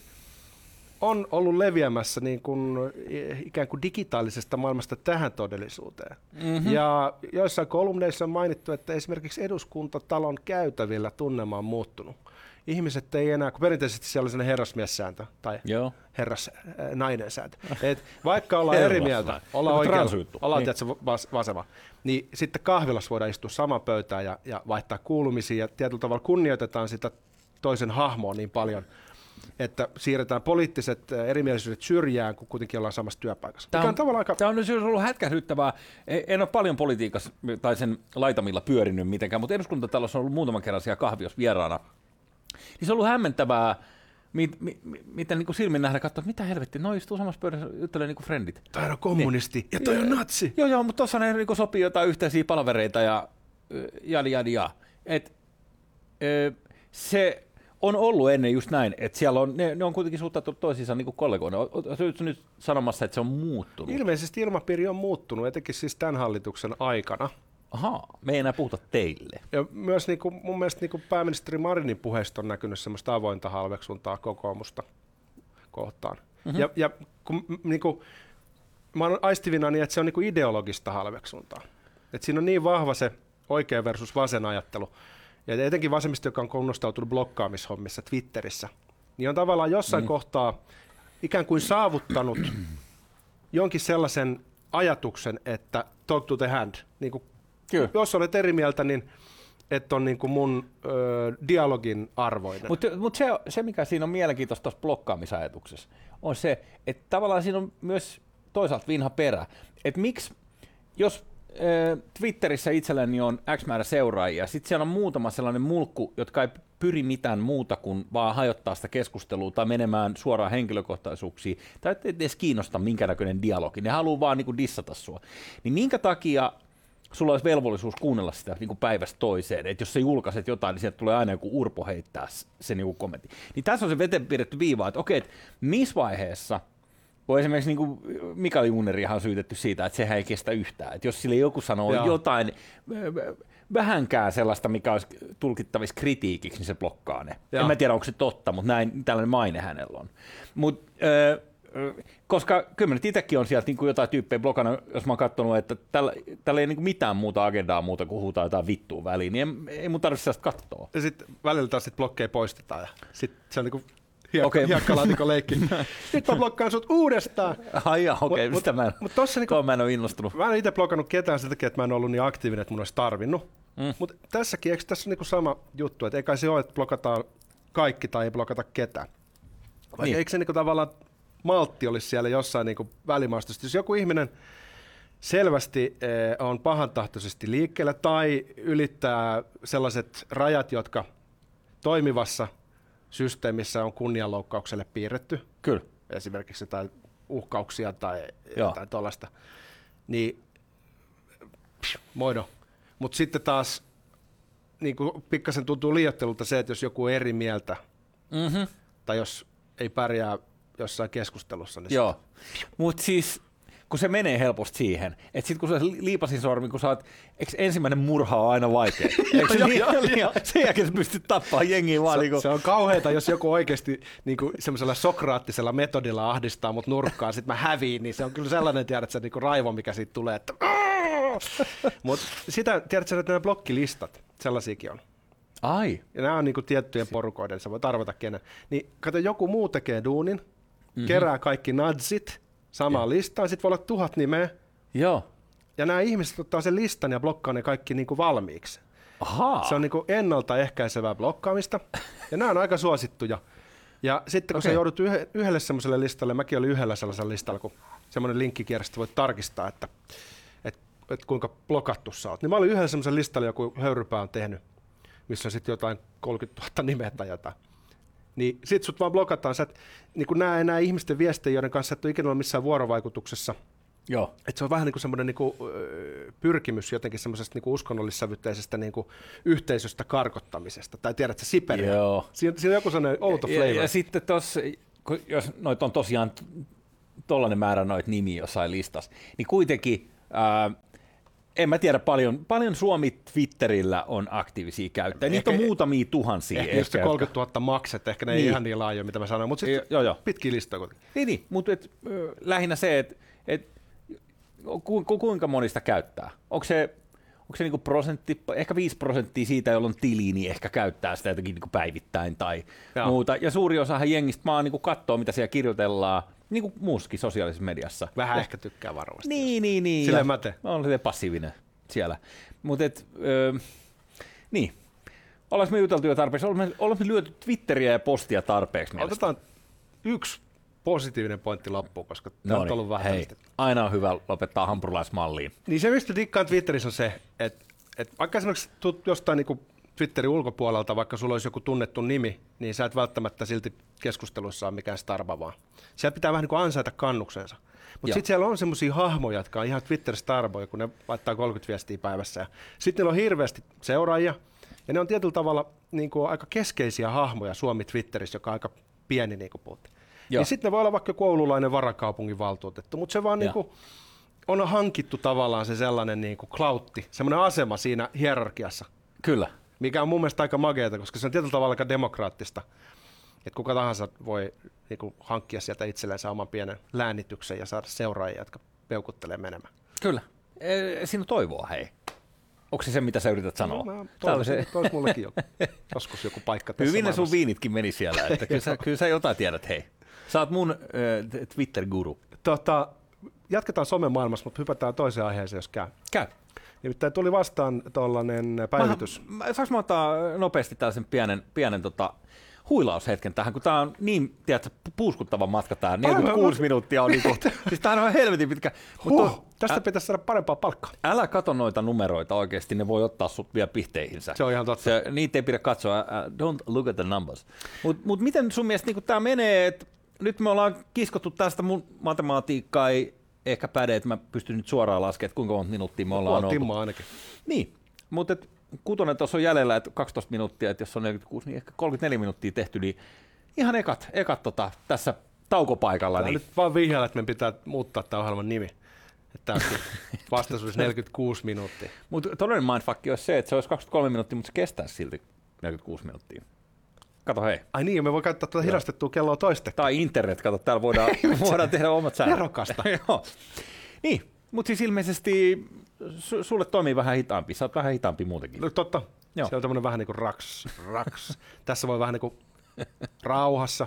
on ollut leviämässä niin kuin, ikään kuin digitaalisesta maailmasta tähän todellisuuteen. Mm-hmm. Ja joissain kolumneissa on mainittu, että esimerkiksi eduskuntatalon käytävillä tunnelma on muuttunut. Ihmiset ei enää, kun perinteisesti siellä oli sellainen herrasmiessääntö tai Joo. herras äh, nainen sääntö. Et vaikka ollaan eri mieltä, ollaan oikealla, ollaan niin. vas, vasema, niin sitten kahvilassa voidaan istua samaan pöytään ja, ja vaihtaa kuulumisia ja tietyllä tavalla kunnioitetaan sitä toisen hahmoa niin paljon, että siirretään poliittiset erimielisyydet syrjään, kun kuitenkin ollaan samassa työpaikassa. Tämä on, on, aika... tämä on nyt ollut hätkähdyttävää. En ole paljon politiikassa tai sen laitamilla pyörinyt mitenkään, mutta eduskuntatalossa on ollut muutaman kerran siellä kahviossa vieraana. Niin se on ollut hämmentävää, mit, mit, miten niin kuin silmin nähdä katsoa, mitä helvettiä, no istuu samassa pöydässä, juttelee niin kuin frendit. Toi on kommunisti niin. Ja toi on natsi. Joo, joo, mutta tuossa ne niin sopii jotain yhteisiä palavereita ja jadi, jadi, ja. Et, ö, se on ollut ennen just näin, että siellä on, ne, ne on kuitenkin suhtautunut toisiinsa niin kuin kollegoina. Oletko nyt sanomassa, että se on muuttunut? Ilmeisesti ilmapiiri on muuttunut, etenkin siis tämän hallituksen aikana. Ahaa, me ei enää puhuta teille. Ja myös niin kuin, mun mielestä niin kuin pääministeri Marinin puheesta on näkynyt semmoista avointa halveksuntaa kokoomusta kohtaan. Mm-hmm. Ja, ja kun, niin kuin, mä oon aistivina niin, että se on niin kuin ideologista halveksuntaa. Että siinä on niin vahva se oikea versus vasen ajattelu. Ja etenkin vasemmisto, joka on kunnostautunut blokkaamishommissa Twitterissä, niin on tavallaan jossain mm. kohtaa ikään kuin saavuttanut jonkin sellaisen ajatuksen, että talk to the hand. Niin kuin, jos olet eri mieltä, niin että on niin kuin mun ö, dialogin arvoinen. Mutta mut se, se, mikä siinä on mielenkiintoista tuossa blokkaamisajatuksessa, on se, että tavallaan siinä on myös toisaalta vinha perä. Että miksi, jos Twitterissä itselläni on X määrä seuraajia. Sitten siellä on muutama sellainen mulkku, jotka ei pyri mitään muuta kuin vaan hajottaa sitä keskustelua tai menemään suoraan henkilökohtaisuuksiin. Tai ei edes kiinnosta minkä näköinen dialogi. Ne haluaa vaan niin kuin dissata sua. Niin minkä takia sulla olisi velvollisuus kuunnella sitä niin kuin päivästä toiseen? Että jos sä julkaiset jotain, niin sieltä tulee aina joku Urpo heittää se niin kuin kommentti. Niin tässä on se veteen pidetty viiva, että okei, että missä vaiheessa kun esimerkiksi niin kuin Mikael Junnerihan on syytetty siitä, että sehän ei kestä yhtään. Että jos sille joku sanoo Joo. jotain vähänkään sellaista, mikä olisi tulkittavissa kritiikiksi, niin se blokkaa ne. Joo. En mä tiedä, onko se totta, mutta näin, tällainen maine hänellä on. Mut, äh, koska kyllä nyt itsekin on sieltä niin kuin jotain tyyppejä blokana, jos mä oon katsonut, että tällä, tällä ei niin kuin mitään muuta agendaa muuta kuin huutaa jotain vittua väliin, niin ei, ei mun tarvitse sellaista katsoa. Ja sitten välillä taas sit blokkeja poistetaan ja sit se on niin kuin hiekka, okay. hiekkalaatikon leikki. Nyt mä blokkaan sut uudestaan. Ai jaa, okei, okay. mistä mä en, mut tossa niinku, mä en ole innostunut. Mä en itse blokannut ketään sen takia, että mä en ollut niin aktiivinen, että mun olisi tarvinnut. Mm. Mutta tässäkin, eikö tässä ole niinku sama juttu, että eikä se ole, että blokataan kaikki tai ei blokata ketään. Vai niin. Eikö se niinku tavallaan maltti olisi siellä jossain niinku välimaastossa? Jos joku ihminen selvästi eh, on pahantahtoisesti liikkeellä tai ylittää sellaiset rajat, jotka toimivassa systeemissä on kunnianloukkaukselle piirretty, kyllä. Esimerkiksi jotain uhkauksia tai Joo. jotain tuollaista, niin moido. Mutta sitten taas niin kuin pikkasen tuntuu liioittelulta se, että jos joku on eri mieltä mm-hmm. tai jos ei pärjää jossain keskustelussa, niin Joo, mutta siis kun se menee helposti siihen, että sitten kun se liipasin sormi, kun sä oot, eikö ensimmäinen murha on aina vaikea? Eikö se niin, sen jälkeen sä pystyt tappamaan jengiä vaan? Se, niin kuin... se on kauheata, jos joku oikeasti niin kuin semmoisella sokraattisella metodilla ahdistaa mut nurkkaan, sit mä häviin, niin se on kyllä sellainen, tiedät sä, niin kuin raivo, mikä siitä tulee, että mutta sitä, tiedät sä, että nämä blokkilistat, sellaisiakin on. Ai. Ja nämä on niin kuin tiettyjen porukoiden, sä voit arvata kenen. Niin kato, joku muu tekee duunin, mm-hmm. kerää kaikki nudsit samaan ja. listaan, sit voi olla tuhat nimeä. Joo. Ja nämä ihmiset ottaa sen listan ja blokkaa ne kaikki niin kuin valmiiksi. Ahaa. Se on niin kuin ennaltaehkäisevää blokkaamista, ja nämä on aika suosittuja. Ja sitten kun okay. sä joudut yhe, yhdelle semmoiselle listalle, mäkin olin yhdellä sellaisella listalla, kun semmoinen linkkikierrosta voit tarkistaa, että, että, että kuinka blokattu sä oot. Niin mä olin yhdellä semmoisella listalla, joku höyrypää on tehnyt, missä on sitten jotain kolmekymmentätuhatta nimeä tai jotain. Niin sit sut vaan blokataan. Sä et niin näe enää ihmisten viestejä, joiden kanssa et ole ikinä ollut missään vuorovaikutuksessa. Joo. Et se on vähän niin kuin semmoinen niin kuin, pyrkimys jotenkin semmoisesta niin uskonnollissävytteisestä niin kuin yhteisöstä karkottamisesta. Tai tiedätkö, Siberia. Joo. Siinä, siinä on joku sellainen outo flavor. Ja, ja sitten tuossa, jos noita on tosiaan tollainen määrä noita nimiä jossain listassa, niin kuitenkin, ää, en mä tiedä paljon, paljon Suomi Twitterillä on aktiivisia käyttäjiä. Niitä on muutamia tuhansia. Ehkä just se kolmekymmentätuhatta makset, ehkä ne niin. ei ihan niin laajoja, mitä mä sanoin, mutta sitten jo, jo. pitkiä listoja kuitenkin. Niin, niin. mutta et, lähinnä se, että et, ku, ku, kuinka monista käyttää. Onko se, onko se niinku prosentti, ehkä viisi prosenttia siitä, jolla on tili, niin ehkä käyttää sitä jotenkin niinku päivittäin tai Joo. muuta. Ja suuri osahan jengistä vaan niinku katsoo, mitä siellä kirjoitellaan, niin kuin muussakin sosiaalisessa mediassa. Vähän ja, ehkä tykkää varovasti. Niin, niin, niin. Silleen mä teen. On se passiivinen siellä. Mutta et, öö, niin. Ollaanko me juteltu jo tarpeeksi? Ollaanko me lyöty Twitteriä ja postia tarpeeksi mielestä? Otetaan yksi positiivinen pointti loppuun, koska no tämä on ollut vähän hei, aina on hyvä lopettaa hampurilaismalliin. Niin se, mistä dikkaan Twitterissä on se, että, että vaikka esimerkiksi tulet jostain niin kuin Twitterin ulkopuolelta, vaikka sulla olisi joku tunnettu nimi, niin sä et välttämättä silti keskustelussa ole mikään starba vaan. Sieltä pitää vähän niin kuin ansaita kannuksensa. Mutta sitten siellä on semmoisia hahmoja, jotka on ihan Twitter-starboja, kun ne laittaa kolmekymmentä viestiä päivässä. Sitten niillä on hirveästi seuraajia, ja ne on tietyllä tavalla niin kuin aika keskeisiä hahmoja Suomi Twitterissä, joka on aika pieni, niin kuin puhuttiin. Ja sitten ne voi olla vaikka koululainen varakaupungin valtuutettu, mutta se vaan niin kuin on hankittu tavallaan se sellainen niin kuin klautti, semmoinen asema siinä hierarkiassa. Kyllä. Mikä on mun mielestä aika makeata, koska se on tietyllä tavalla aika demokraattista. Että kuka tahansa voi niin kuin, hankkia sieltä itsellensä oman pienen läänityksen ja saada seuraajia, jotka peukuttelee menemään. Kyllä. E, siinä on toivoa, hei. Onko se se, mitä sä yrität sanoa? No, tois, se... tois mullekin joku. Joskus joku paikka tässä Hyvin ne maailmassa. sun viinitkin meni siellä. Että kyllä, sä, kyllä sä jotain tiedät, hei. Sä oot mun äh, Twitter-guru. Tota, jatketaan somemaailmassa, mutta hypätään toiseen aiheeseen, jos käy. Käy. Nimittäin tuli vastaan tuollainen päivitys. Mä, mä, saanko mä ottaa nopeasti tällaisen pienen, pienen tota, huilaushetken tähän, kun tää on niin, tiedätkö, puuskuttava matka tää, neljäkymmentäkuusi minuuttia on niinku, siis tää on helvetin pitkä. Huh, to, tästä ä, pitäisi saada parempaa palkkaa. Älä kato noita numeroita oikeesti, ne voi ottaa sut vielä pihteihinsä. Se on ihan totta. Se, niitä ei pidä katsoa, uh, don't look at the numbers. Mut, mut miten sun mielestä niinku tää menee, että nyt me ollaan kiskottu tästä mun matematiikkaa, ei ehkä päde, että mä pystyn nyt suoraan laskemaan, että kuinka monta minuuttia me ollaan oltu. Timmaa ainakin. Niin, mutta kutonen tuossa on jäljellä, että kaksitoista minuuttia, että jos on neljäkymmentäkuusi, niin ehkä kolmekymmentäneljä minuuttia tehty, niin ihan ekat, ekat tota, tässä taukopaikalla. Niin... Nyt vaan vihjalla, että meidän pitää muuttaa tämä ohjelman nimi. Että vastaus olisi neljäkymmentäkuusi minuuttia. Mutta todellinen mindfuck olisi se, että se olisi kaksikymmentäkolme minuuttia, mutta se kestäisi silti neljäkymmentäkuusi minuuttia. Kato hei. Ai niin, me voi käyttää tuota hidastettua kelloa toista. Tai internet, kato, täällä voidaan, voidaan tehdä omat säännöt. Nerokasta. Joo. Niin, mutta siis ilmeisesti su- sulle toimii vähän hitaampi, sä oot vähän hitaampi muutenkin. No totta, Joo. Se on tämmöinen vähän niin kuin raks, raks. Tässä voi vähän niin kuin rauhassa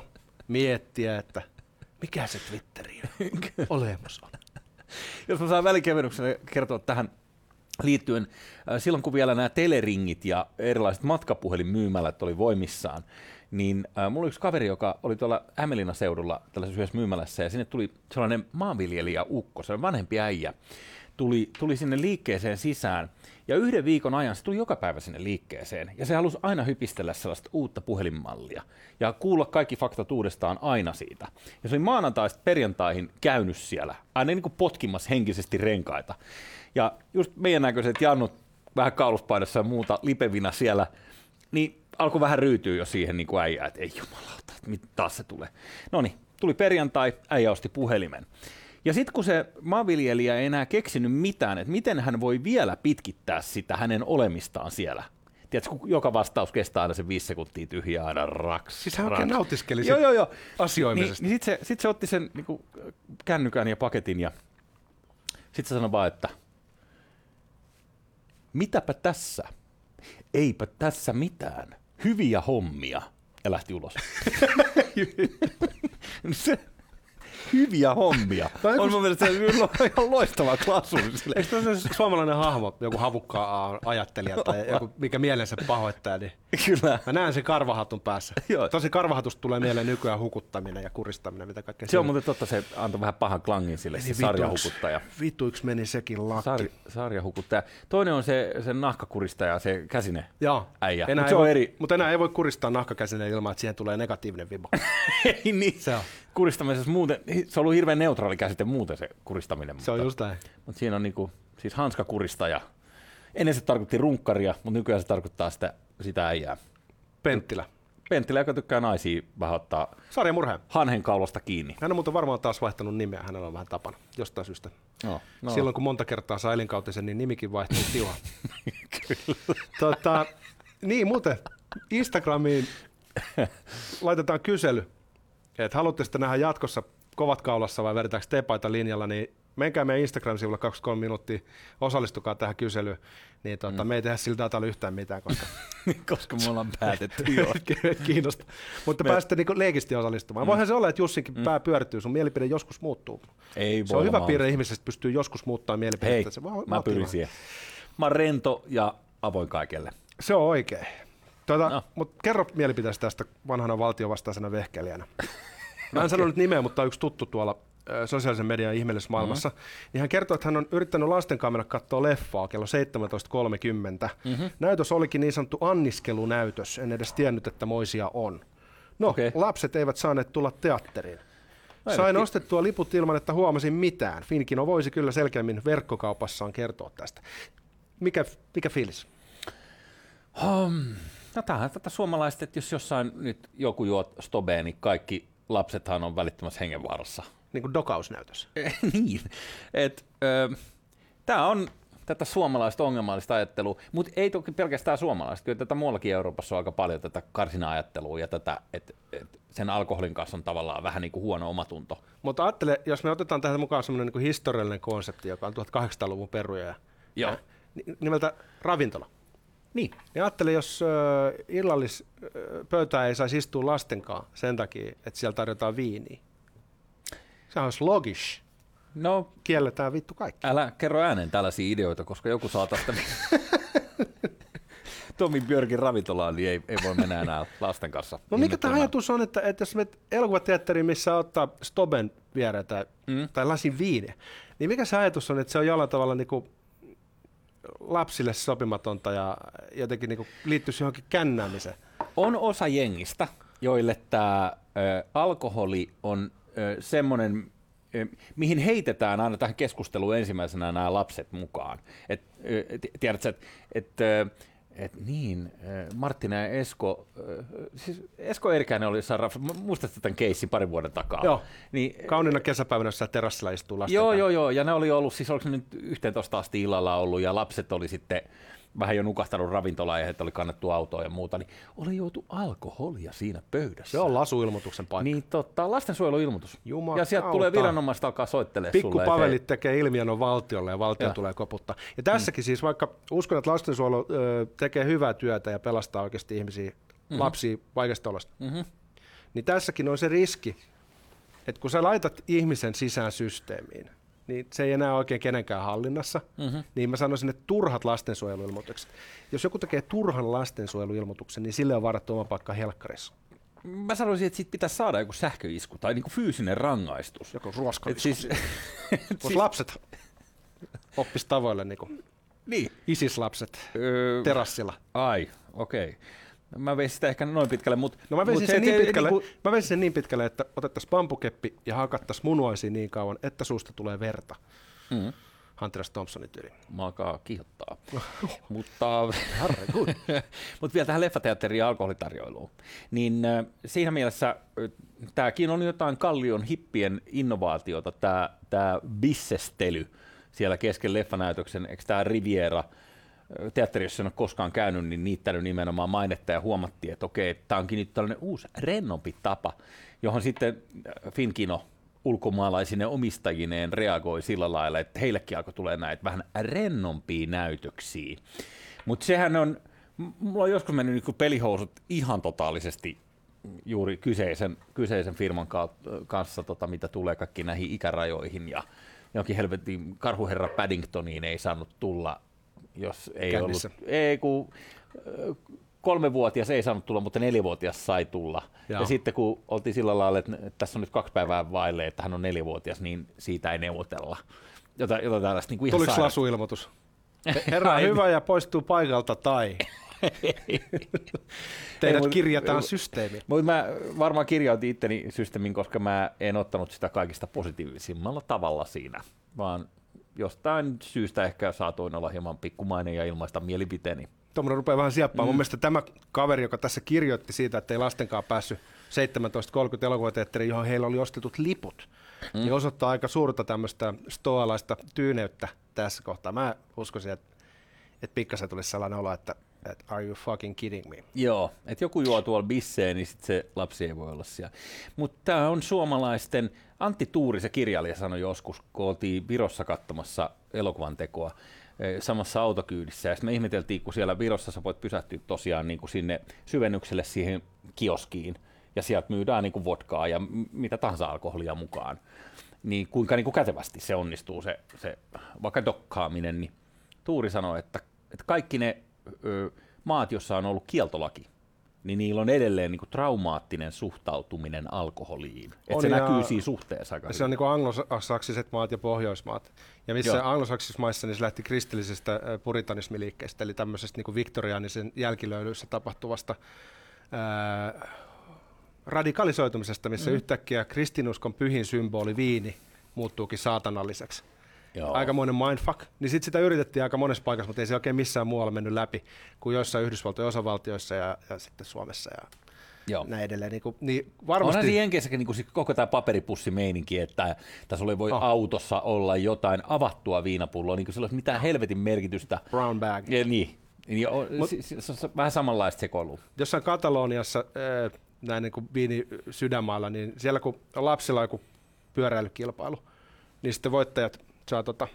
miettiä, että mikä se Twitteri on olemassa. Jos mä saan välikevennyksenä kertoa tähän liittyen, silloin kun vielä nämä teleringit ja erilaiset matkapuhelinmyymälät oli voimissaan, niin äh, mulla oli yksi kaveri, joka oli tuolla Hämeenlinnan seudulla tällaisessa yhdessä myymälässä, ja sinne tuli sellainen maanviljelijä ukko, sellainen vanhempi äijä, tuli, tuli sinne liikkeeseen sisään, ja yhden viikon ajan se tuli joka päivä sinne liikkeeseen, ja se halusi aina hypistellä sellaista uutta puhelinmallia, ja kuulla kaikki faktat uudestaan aina siitä. Ja se oli maanantaista perjantaihin käynyt siellä, aina niin kuin potkimassa henkisesti renkaita. Ja just meidän näköiset jannut vähän kauluspaidassa ja muuta lipevinä siellä, niin alkoi vähän ryytyä jo siihen niin kuin äijää, että ei jumalauta, että mitä taas se tulee. No niin, tuli perjantai, äijä osti puhelimen. Ja sitten kun se maanviljelijä ei enää keksinyt mitään, että miten hän voi vielä pitkittää sitä hänen olemistaan siellä. Tiedätkö, kun joka vastaus kestää aina se viisi sekuntia tyhjää aina raks. Siis hän raks. oikein nautiskeli joo, joo, joo. asioimisesta. Niin, niin sitten se, sit se otti sen niin kuin, kännykän ja paketin ja sitten se sanoi vaan, että mitäpä tässä? Eipä tässä mitään. Hyviä hommia. Ja lähti ulos. se, hyviä hommia. On kun... mun mielestä se ihan loistava klasu. Eikö tämä se suomalainen hahmo, joku havukka ajattelija tai joku, mikä mielensä pahoittaa, niin kyllä. Mä näen sen karvahatun päässä. Tosi karvahatusta tulee mieleen nykyään hukuttaminen ja kuristaminen, mitä kaikkea. Se on muuten totta, se antoi vähän pahan klangin sille, se sarjahukuttaja. Vituiksi meni sekin lakki. Sar, sarjahukuttaja. Toinen on se, se nahkakuristaja, se käsine Joo. äijä. Enää Mut se voi, on eri... Mutta enää ei voi kuristaa nahkakäsineen ilman, että siihen tulee negatiivinen viba. Ei niin. Se on. Kuristamisessa muuten, se on ollut hirveän neutraali käsite muuten se kuristaminen. Se mutta, on just näin. Mutta siinä on niinku, siis hanskakuristaja. Ennen se tarkoitti runkkaria, mutta nykyään se tarkoittaa sitä, sitä äijää. Penttilä. Penttilä, joka tykkää naisia vähän ottaa sarjamurheen hanhen kaulasta kiinni. Hän on muuten varmaan taas vaihtanut nimeä, hänellä on vähän tapana jostain syystä. No, no. Silloin kun monta kertaa saa elinkautisen, niin nimikin vaihtuu tiuhaan. tota, niin muuten, Instagramiin laitetaan kysely, että haluatte sitten nähdä jatkossa kovat kaulassa vai vedetäänkö tepaita linjalla, niin menkää meidän Instagram-sivulla kaksikymmentäkolme minuuttia, osallistukaa tähän kyselyyn, niin tuota, mm. me ei tehdä sillä datalla yhtään mitään, koska, koska me ollaan päätetty. Joo. Kiinnostaa. Mutta me... pääsette niin leikisti osallistumaan. Mm. Voihan se olla, että Jussinkin mm. pää pyörtyy, sun mielipide joskus muuttuu. Ei se on hyvä piirre ihmisestä, että pystyy joskus muuttamaan mielipidettä. Hei, se vaan, mä pyrin siihen. Mä oon rento ja avoin kaikelle. Se on oikein. Tuota, no. Mutta kerro mielipiteesi tästä vanhana valtiovastaisena vehkeilijänä. Mä en sano nyt nimeä, mutta on yksi tuttu tuolla sosiaalisen median ihmeellisessä maailmassa, mm-hmm. niin hän kertoi, että hän on yrittänyt lasten kamerat katsoa leffaa kello seitsemäntoista kolmekymmentä. Mm-hmm. Näytös olikin niin sanottu anniskelunäytös, en edes tiennyt, että moisia on. No, okay. Lapset eivät saaneet tulla teatteriin. No, sain ostettua liput ilman, että huomasin mitään. Finkino voisi kyllä selkeämmin verkkokaupassaan kertoa tästä. Mikä, mikä fiilis? Um, no tämähän tätä suomalaista, että jos jossain nyt joku juo stobea, niin kaikki lapsethan on välittömässä hengenvaarassa. Niin kuin dokausnäytös. niin, että tämä on tätä suomalaista ongelmallista ajattelua, mutta ei toki pelkästään suomalaista. Kyllä tätä muuallakin Euroopassa on aika paljon tätä karsina-ajattelua ja tätä, että et sen alkoholin kanssa on tavallaan vähän niin kuin huono omatunto. Mutta ajattele, jos me otetaan tähän mukaan semmoinen niin kuin historiallinen konsepti, joka on tuhatkahdeksansataaluvun peruja, ja, nimeltä ravintola. Niin. Ja ajattele, jos äh, illallispöytää ei saisi istua lastenkaan sen takia, että siellä tarjotaan viiniä. Sehän olisi logish. No, kielletään vittu kaikki. Älä kerro ääneen tällaisia ideoita, koska joku saa tästä Tomi Björkin ravintolaan, niin ei, ei voi mennä enää lasten kanssa. No mikä tämä ajatus on, että, että jos menet elokuvateatteriin, missä ottaa Stoben viereen tai, mm. tai lasin viiniä, niin mikä se ajatus on, että se on jollain tavalla niin kuin lapsille sopimatonta ja jotenkin niin kuin liittyisi johonkin kännäämiseen? On osa jengistä, joille tämä ö, alkoholi on ö, semmoinen, ö, mihin heitetään aina tähän keskusteluun ensimmäisenä nämä lapset mukaan. Et, ö, tiedätkö, että et, et, niin, Marttina ja Esko, siis Esko Erikäinen oli jossain, muistatko tämän keissin parin vuoden takaa? Joo, niin, kauniina kesäpäivänä, jossa terassilla istuu lasten Joo, kanssa. joo, joo, ja ne oli ollut, siis oliko ne nyt yhteentoista asti illalla ollut, ja lapset oli sitten vähän jo nukahtanut ravintolaan ja heitä oli kannettu autoa ja muuta, niin oli joutu alkoholia siinä pöydässä. Se on lasuilmoituksen paikka. Niin totta, lastensuojeluilmoitus. Jumakauta. Ja sieltä tulee viranomaista alkaa soittelemaan Pikku sulle. Pikkupavelit he... tekee ilmiön valtiolle ja valtio ja. tulee koputtaa. Ja tässäkin mm. siis, vaikka uskon, että lastensuojelu ö, tekee hyvää työtä ja pelastaa oikeasti ihmisiä, mm-hmm. lapsia vaikeasta olosta, mm-hmm. Niin tässäkin on se riski, että kun sä laitat ihmisen sisään systeemiin, niin se ei enää oikein kenenkään hallinnassa, mm-hmm. niin mä sanoisin, että turhat lastensuojeluilmoitukset. Jos joku tekee turhan lastensuojeluilmoituksen, niin sille on varattu oma paikka helkkarissa. Mä sanoisin, että siitä pitäisi saada joku sähköisku tai niinku fyysinen rangaistus. Joku ruoskaisku. Siis, siis lapset oppis tavoille niin kuin niin. Isis-lapset öö, terassilla. Ai, okei. Okay. Mä veisin sitä ehkä noin pitkälle, mutta... No mä veisin, sen, niin pitkälle, niin kuin... mä veisin sen niin pitkälle, että otettaisiin pampukeppi ja hakattaisiin munuaisia niin kauan, että suusta tulee verta. Mm. Hunter S. Thompsonin tyyli. Mä alkaa kiihottaa. mutta Mut vielä tähän leffateatteriin ja alkoholitarjoiluun. Niin äh, siinä mielessä äh, tämäkin on jotain Kallion hippien innovaatiota, tämä tää bissestely siellä kesken leffanäytöksen. Eikö tämä Riviera teatteri, jos en ole koskaan käynyt, niin niittänyt nimenomaan mainetta ja huomattiin, että okei, tämä onkin nyt tällainen uusi rennompi tapa, johon sitten Finkino ulkomaalaisine omistajineen reagoi sillä lailla, että heillekin alkoi tulee näitä vähän rennompia näytöksiä. Mutta sehän on, mulla on joskus mennyt niin pelihousut ihan totaalisesti juuri kyseisen, kyseisen firman kanssa, tota, mitä tulee kaikki näihin ikärajoihin ja jonkin helvetin karhuherra Paddingtoniin ei saanut tulla, jos ei Kännissä. ollut, ei kun kolmevuotias ei saanut tulla, mutta neljävuotias sai tulla. Joo. Ja sitten kun oltiin sillä lailla, että tässä on nyt kaksi päivää vaille, että hän on neljävuotias, niin siitä ei neuvotella. Jota, jota tällaista niin kuin ihan Tuliko sairaan. lasuilmoitus? Herra hyvä ja poistuu paikalta tai... Teidät kirjataan systeemiin. Mutta mä varmaan kirjautin itteni systeemiin, koska mä en ottanut sitä kaikista positiivisimmalla tavalla siinä, vaan jostain syystä ehkä saatoin olla hieman pikkumainen ja ilmaista mielipiteeni. Tuommoinen rupeaa vähän sieppaamaan. Mm. Mun mielestä tämä kaveri, joka tässä kirjoitti siitä, että ei lastenkaan päässyt seitsemäntoista kolmekymmentä elokuvateatteriin, johon heillä oli ostetut liput, mm. niin osoittaa aika suurta tämmöistä stoalaista tyyneyttä tässä kohtaa. Mä uskoisin, että, että pikkasen tulisi sellainen olo, että, että are you fucking kidding me? Joo, että joku juo tuolla bisseen, niin sit se lapsi ei voi olla siellä. Mutta tämä on suomalaisten, Antti Tuuri, se kirjailija, sanoi joskus, kun oltiin Virossa katsomassa elokuvan tekoa, samassa autokyydissä, ja me ihmeteltiin, kun siellä Virossa sä voit pysähtyä tosiaan niin kuin sinne syvennykselle siihen kioskiin, ja sieltä myydään niin kuin vodkaa ja mitä tahansa alkoholia mukaan, niin kuinka niin kuin kätevästi se onnistuu, se, se vaikka dokkaaminen, niin Tuuri sanoi, että, että kaikki ne ö, maat, joissa on ollut kieltolaki, niin niillä on edelleen niin kuin traumaattinen suhtautuminen alkoholiin. Että se näkyy siinä suhteessa aika Se hyvin. on niin kuin anglosaksiset maat ja pohjoismaat. Ja missä Joo. anglosaksisissa maissa niin se lähti kristillisestä puritanismiliikkeestä, eli tämmöisestä niin kuin viktoriaanisen jälkilöilyissä tapahtuvasta ää, radikalisoitumisesta, missä mm. yhtäkkiä kristinuskon pyhin symboli viini muuttuukin saatanalliseksi. Joo. Aikamoinen mindfuck. Niin sitten sitä yritettiin aika monessa paikassa, mutta ei se oikein missään muualla mennyt läpi kuin joissain Yhdysvaltojen osavaltioissa ja, ja sitten Suomessa ja Joo. näin edelleen. Niin, kuin, niin varmasti... Onhan siinä Jenkeissäkin niin koko tämä paperipussimeininki, että tässä oli voi oh. autossa olla jotain avattua viinapulloa, niin kuin sillä olisi mitään helvetin merkitystä. Brown bag. Ja niin. Ja Mut, se on vähän samanlaista sekoilua. Jossain Kataloniassa, näin niin kuin viini sydänmaalla, niin siellä kun on lapsilla joku pyöräilykilpailu, niin sitten voittajat saa tota,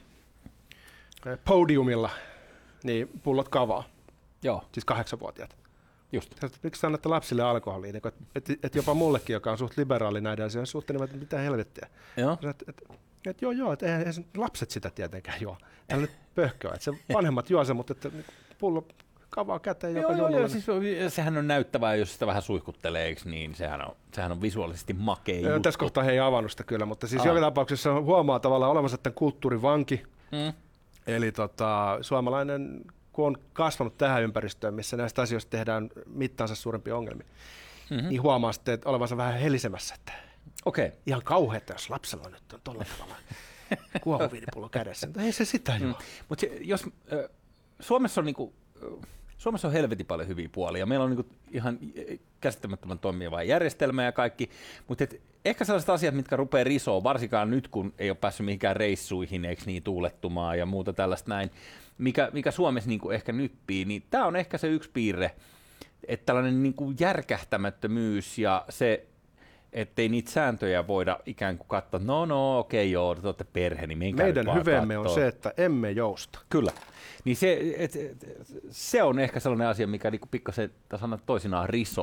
podiumilla niin pullot kavaa. Joo. Siis kahdeksanvuotiaat. Just. Miksi annatte lapsille alkoholia? Että et, et jopa mullekin, joka on suht liberaali näiden asioiden suhteen, että mitä helvettiä. Joo. Et, et, et, joo, joo, että eihän lapset sitä tietenkään juo. Täällä nyt pöhköä. Että se vanhemmat juo sen, mutta että pullo kavaa käteen joka joo, joo, siis, sehän on näyttävää, jos sitä vähän suihkuttelee, eikö niin? Sehän on, sehän on visuaalisesti makea juttu. Tässä kohtaa he ei avannut sitä kyllä, mutta siis joka tapauksessa huomaa tavallaan olemassa tämän kulttuurivanki. Mm. Eli tota, suomalainen, kun on kasvanut tähän ympäristöön, missä näistä asioista tehdään mittaansa suurempia ongelmia, mm-hmm. niin huomaa sitten, että olevansa vähän helisemässä. Että okay. Ihan kauheata, jos lapsella nyt on tuolla tavalla kuohuviinipullo kädessä. Mutta ei se sitä juo. Mm. Mutta jos äh, Suomessa on niinku... Suomessa on helvetin paljon hyviä puolia. Meillä on niinku ihan käsittämättömän toimiva järjestelmä ja kaikki, mutta ehkä sellaiset asiat, mitkä rupeaa risoa, varsinkaan nyt, kun ei ole päässyt mihinkään reissuihin, eikö niin, tuulettumaan ja muuta tällaista näin, mikä, mikä Suomessa niinku ehkä nyppii, niin tämä on ehkä se yksi piirre, että tällainen niinku järkähtämättömyys ja se, ettei niitä sääntöjä voida ikään kuin katsoa, no no okei okay, joo, te olette perhe, niin menkää meidän hyveemme on se, että emme jousta. Kyllä. Niin se, et, et, se on ehkä sellainen asia, mikä niinku pikkasen toisinaan risoo.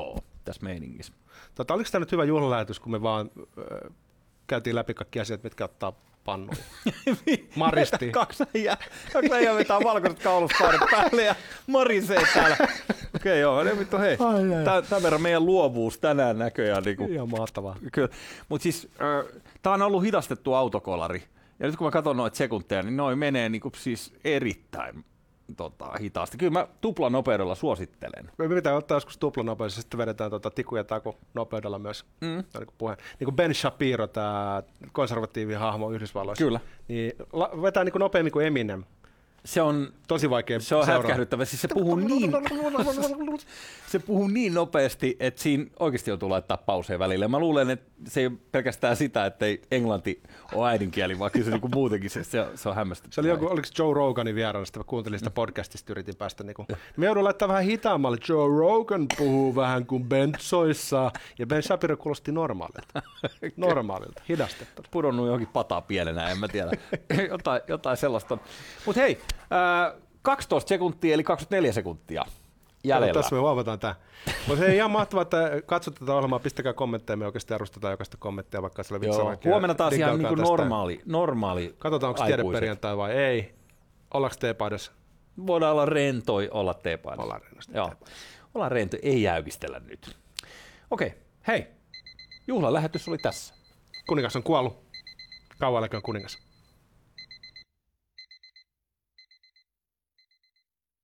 tässä meiningissä. Tota, oliko tämä nyt hyvä juhlalähetys, kun me vaan äh, käytiin läpi kaikki asiat, mitkä ottaa pannuun? Maristi. Kaksi äijää, kaksi äijää vetää valkoiset kauluspaarit päälle ja marisee täällä. Okei, okay, joo, ne vittu, hei. Tämän verran meidän luovuus tänään näköjään. Niin kuin, ihan mahtavaa. Kyllä, mutta siis äh, tämä on ollut hidastettu autokolari. Ja nyt kun mä katson noita sekunteja, niin noi menee niin kuin, siis erittäin tota, hitaasti. Kyllä mä tuplanopeudella suosittelen. Me pitää ottaa joskus tuplanopeudella, sitten vedetään tota, tiku ja taku nopeudella myös. Mm. Niin, kuin niin kuin Ben Shapiro, tämä konservatiivi hahmo Yhdysvalloissa. Kyllä. Niin la, vetää niin kuin nopeammin kuin Eminem. Se on tosi vaikea Se on hätkähdyttävä. Siis se puhuu niin, se puhuu niin nopeasti, että siinä oikeasti joutuu laittaa pauseen välillä. Mä luulen, että se ei ole pelkästään sitä, että ei englanti ole äidinkieli, vaan kyllä se niinku muutenkin se, se, se on hämmästyttävää. Se oli joku, oliko Joe Roganin vieraana, sitten mä kuuntelin sitä podcastista, yritin päästä niinku. Me joudun laittaa vähän hitaammalle. Joe Rogan puhuu vähän kuin Bentsoissa, ja Ben Shapiro kuulosti normaalilta. Normaalilta, hidastettu. Pudonnut johonkin pataa pienenä, en mä tiedä. jotain, jotain sellaista on. Mut hei, äh, kaksitoista sekuntia eli kaksikymmentäneljä sekuntia jäljellä. No, tässä me huomataan tämä. Mutta hei, ihan mahtavaa, että katsotte tätä ohjelmaa, pistäkää kommentteja, me oikeasti arvostetaan jokaista kommenttia, vaikka siellä vitsaa. Huomenna taas ihan niin kuin normaali, normaali. Katsotaan, onko tiedeperjantai vai ei. Ollaanko teepaidassa? Voidaan olla rentoi, olla teepaidassa. Ollaan rennosti. Joo. Ollaan rentoi, ei jäykistellä nyt. Okei, hei. Juhlan lähetys oli tässä. Kuningas on kuollut. Kauan älköön kuningas.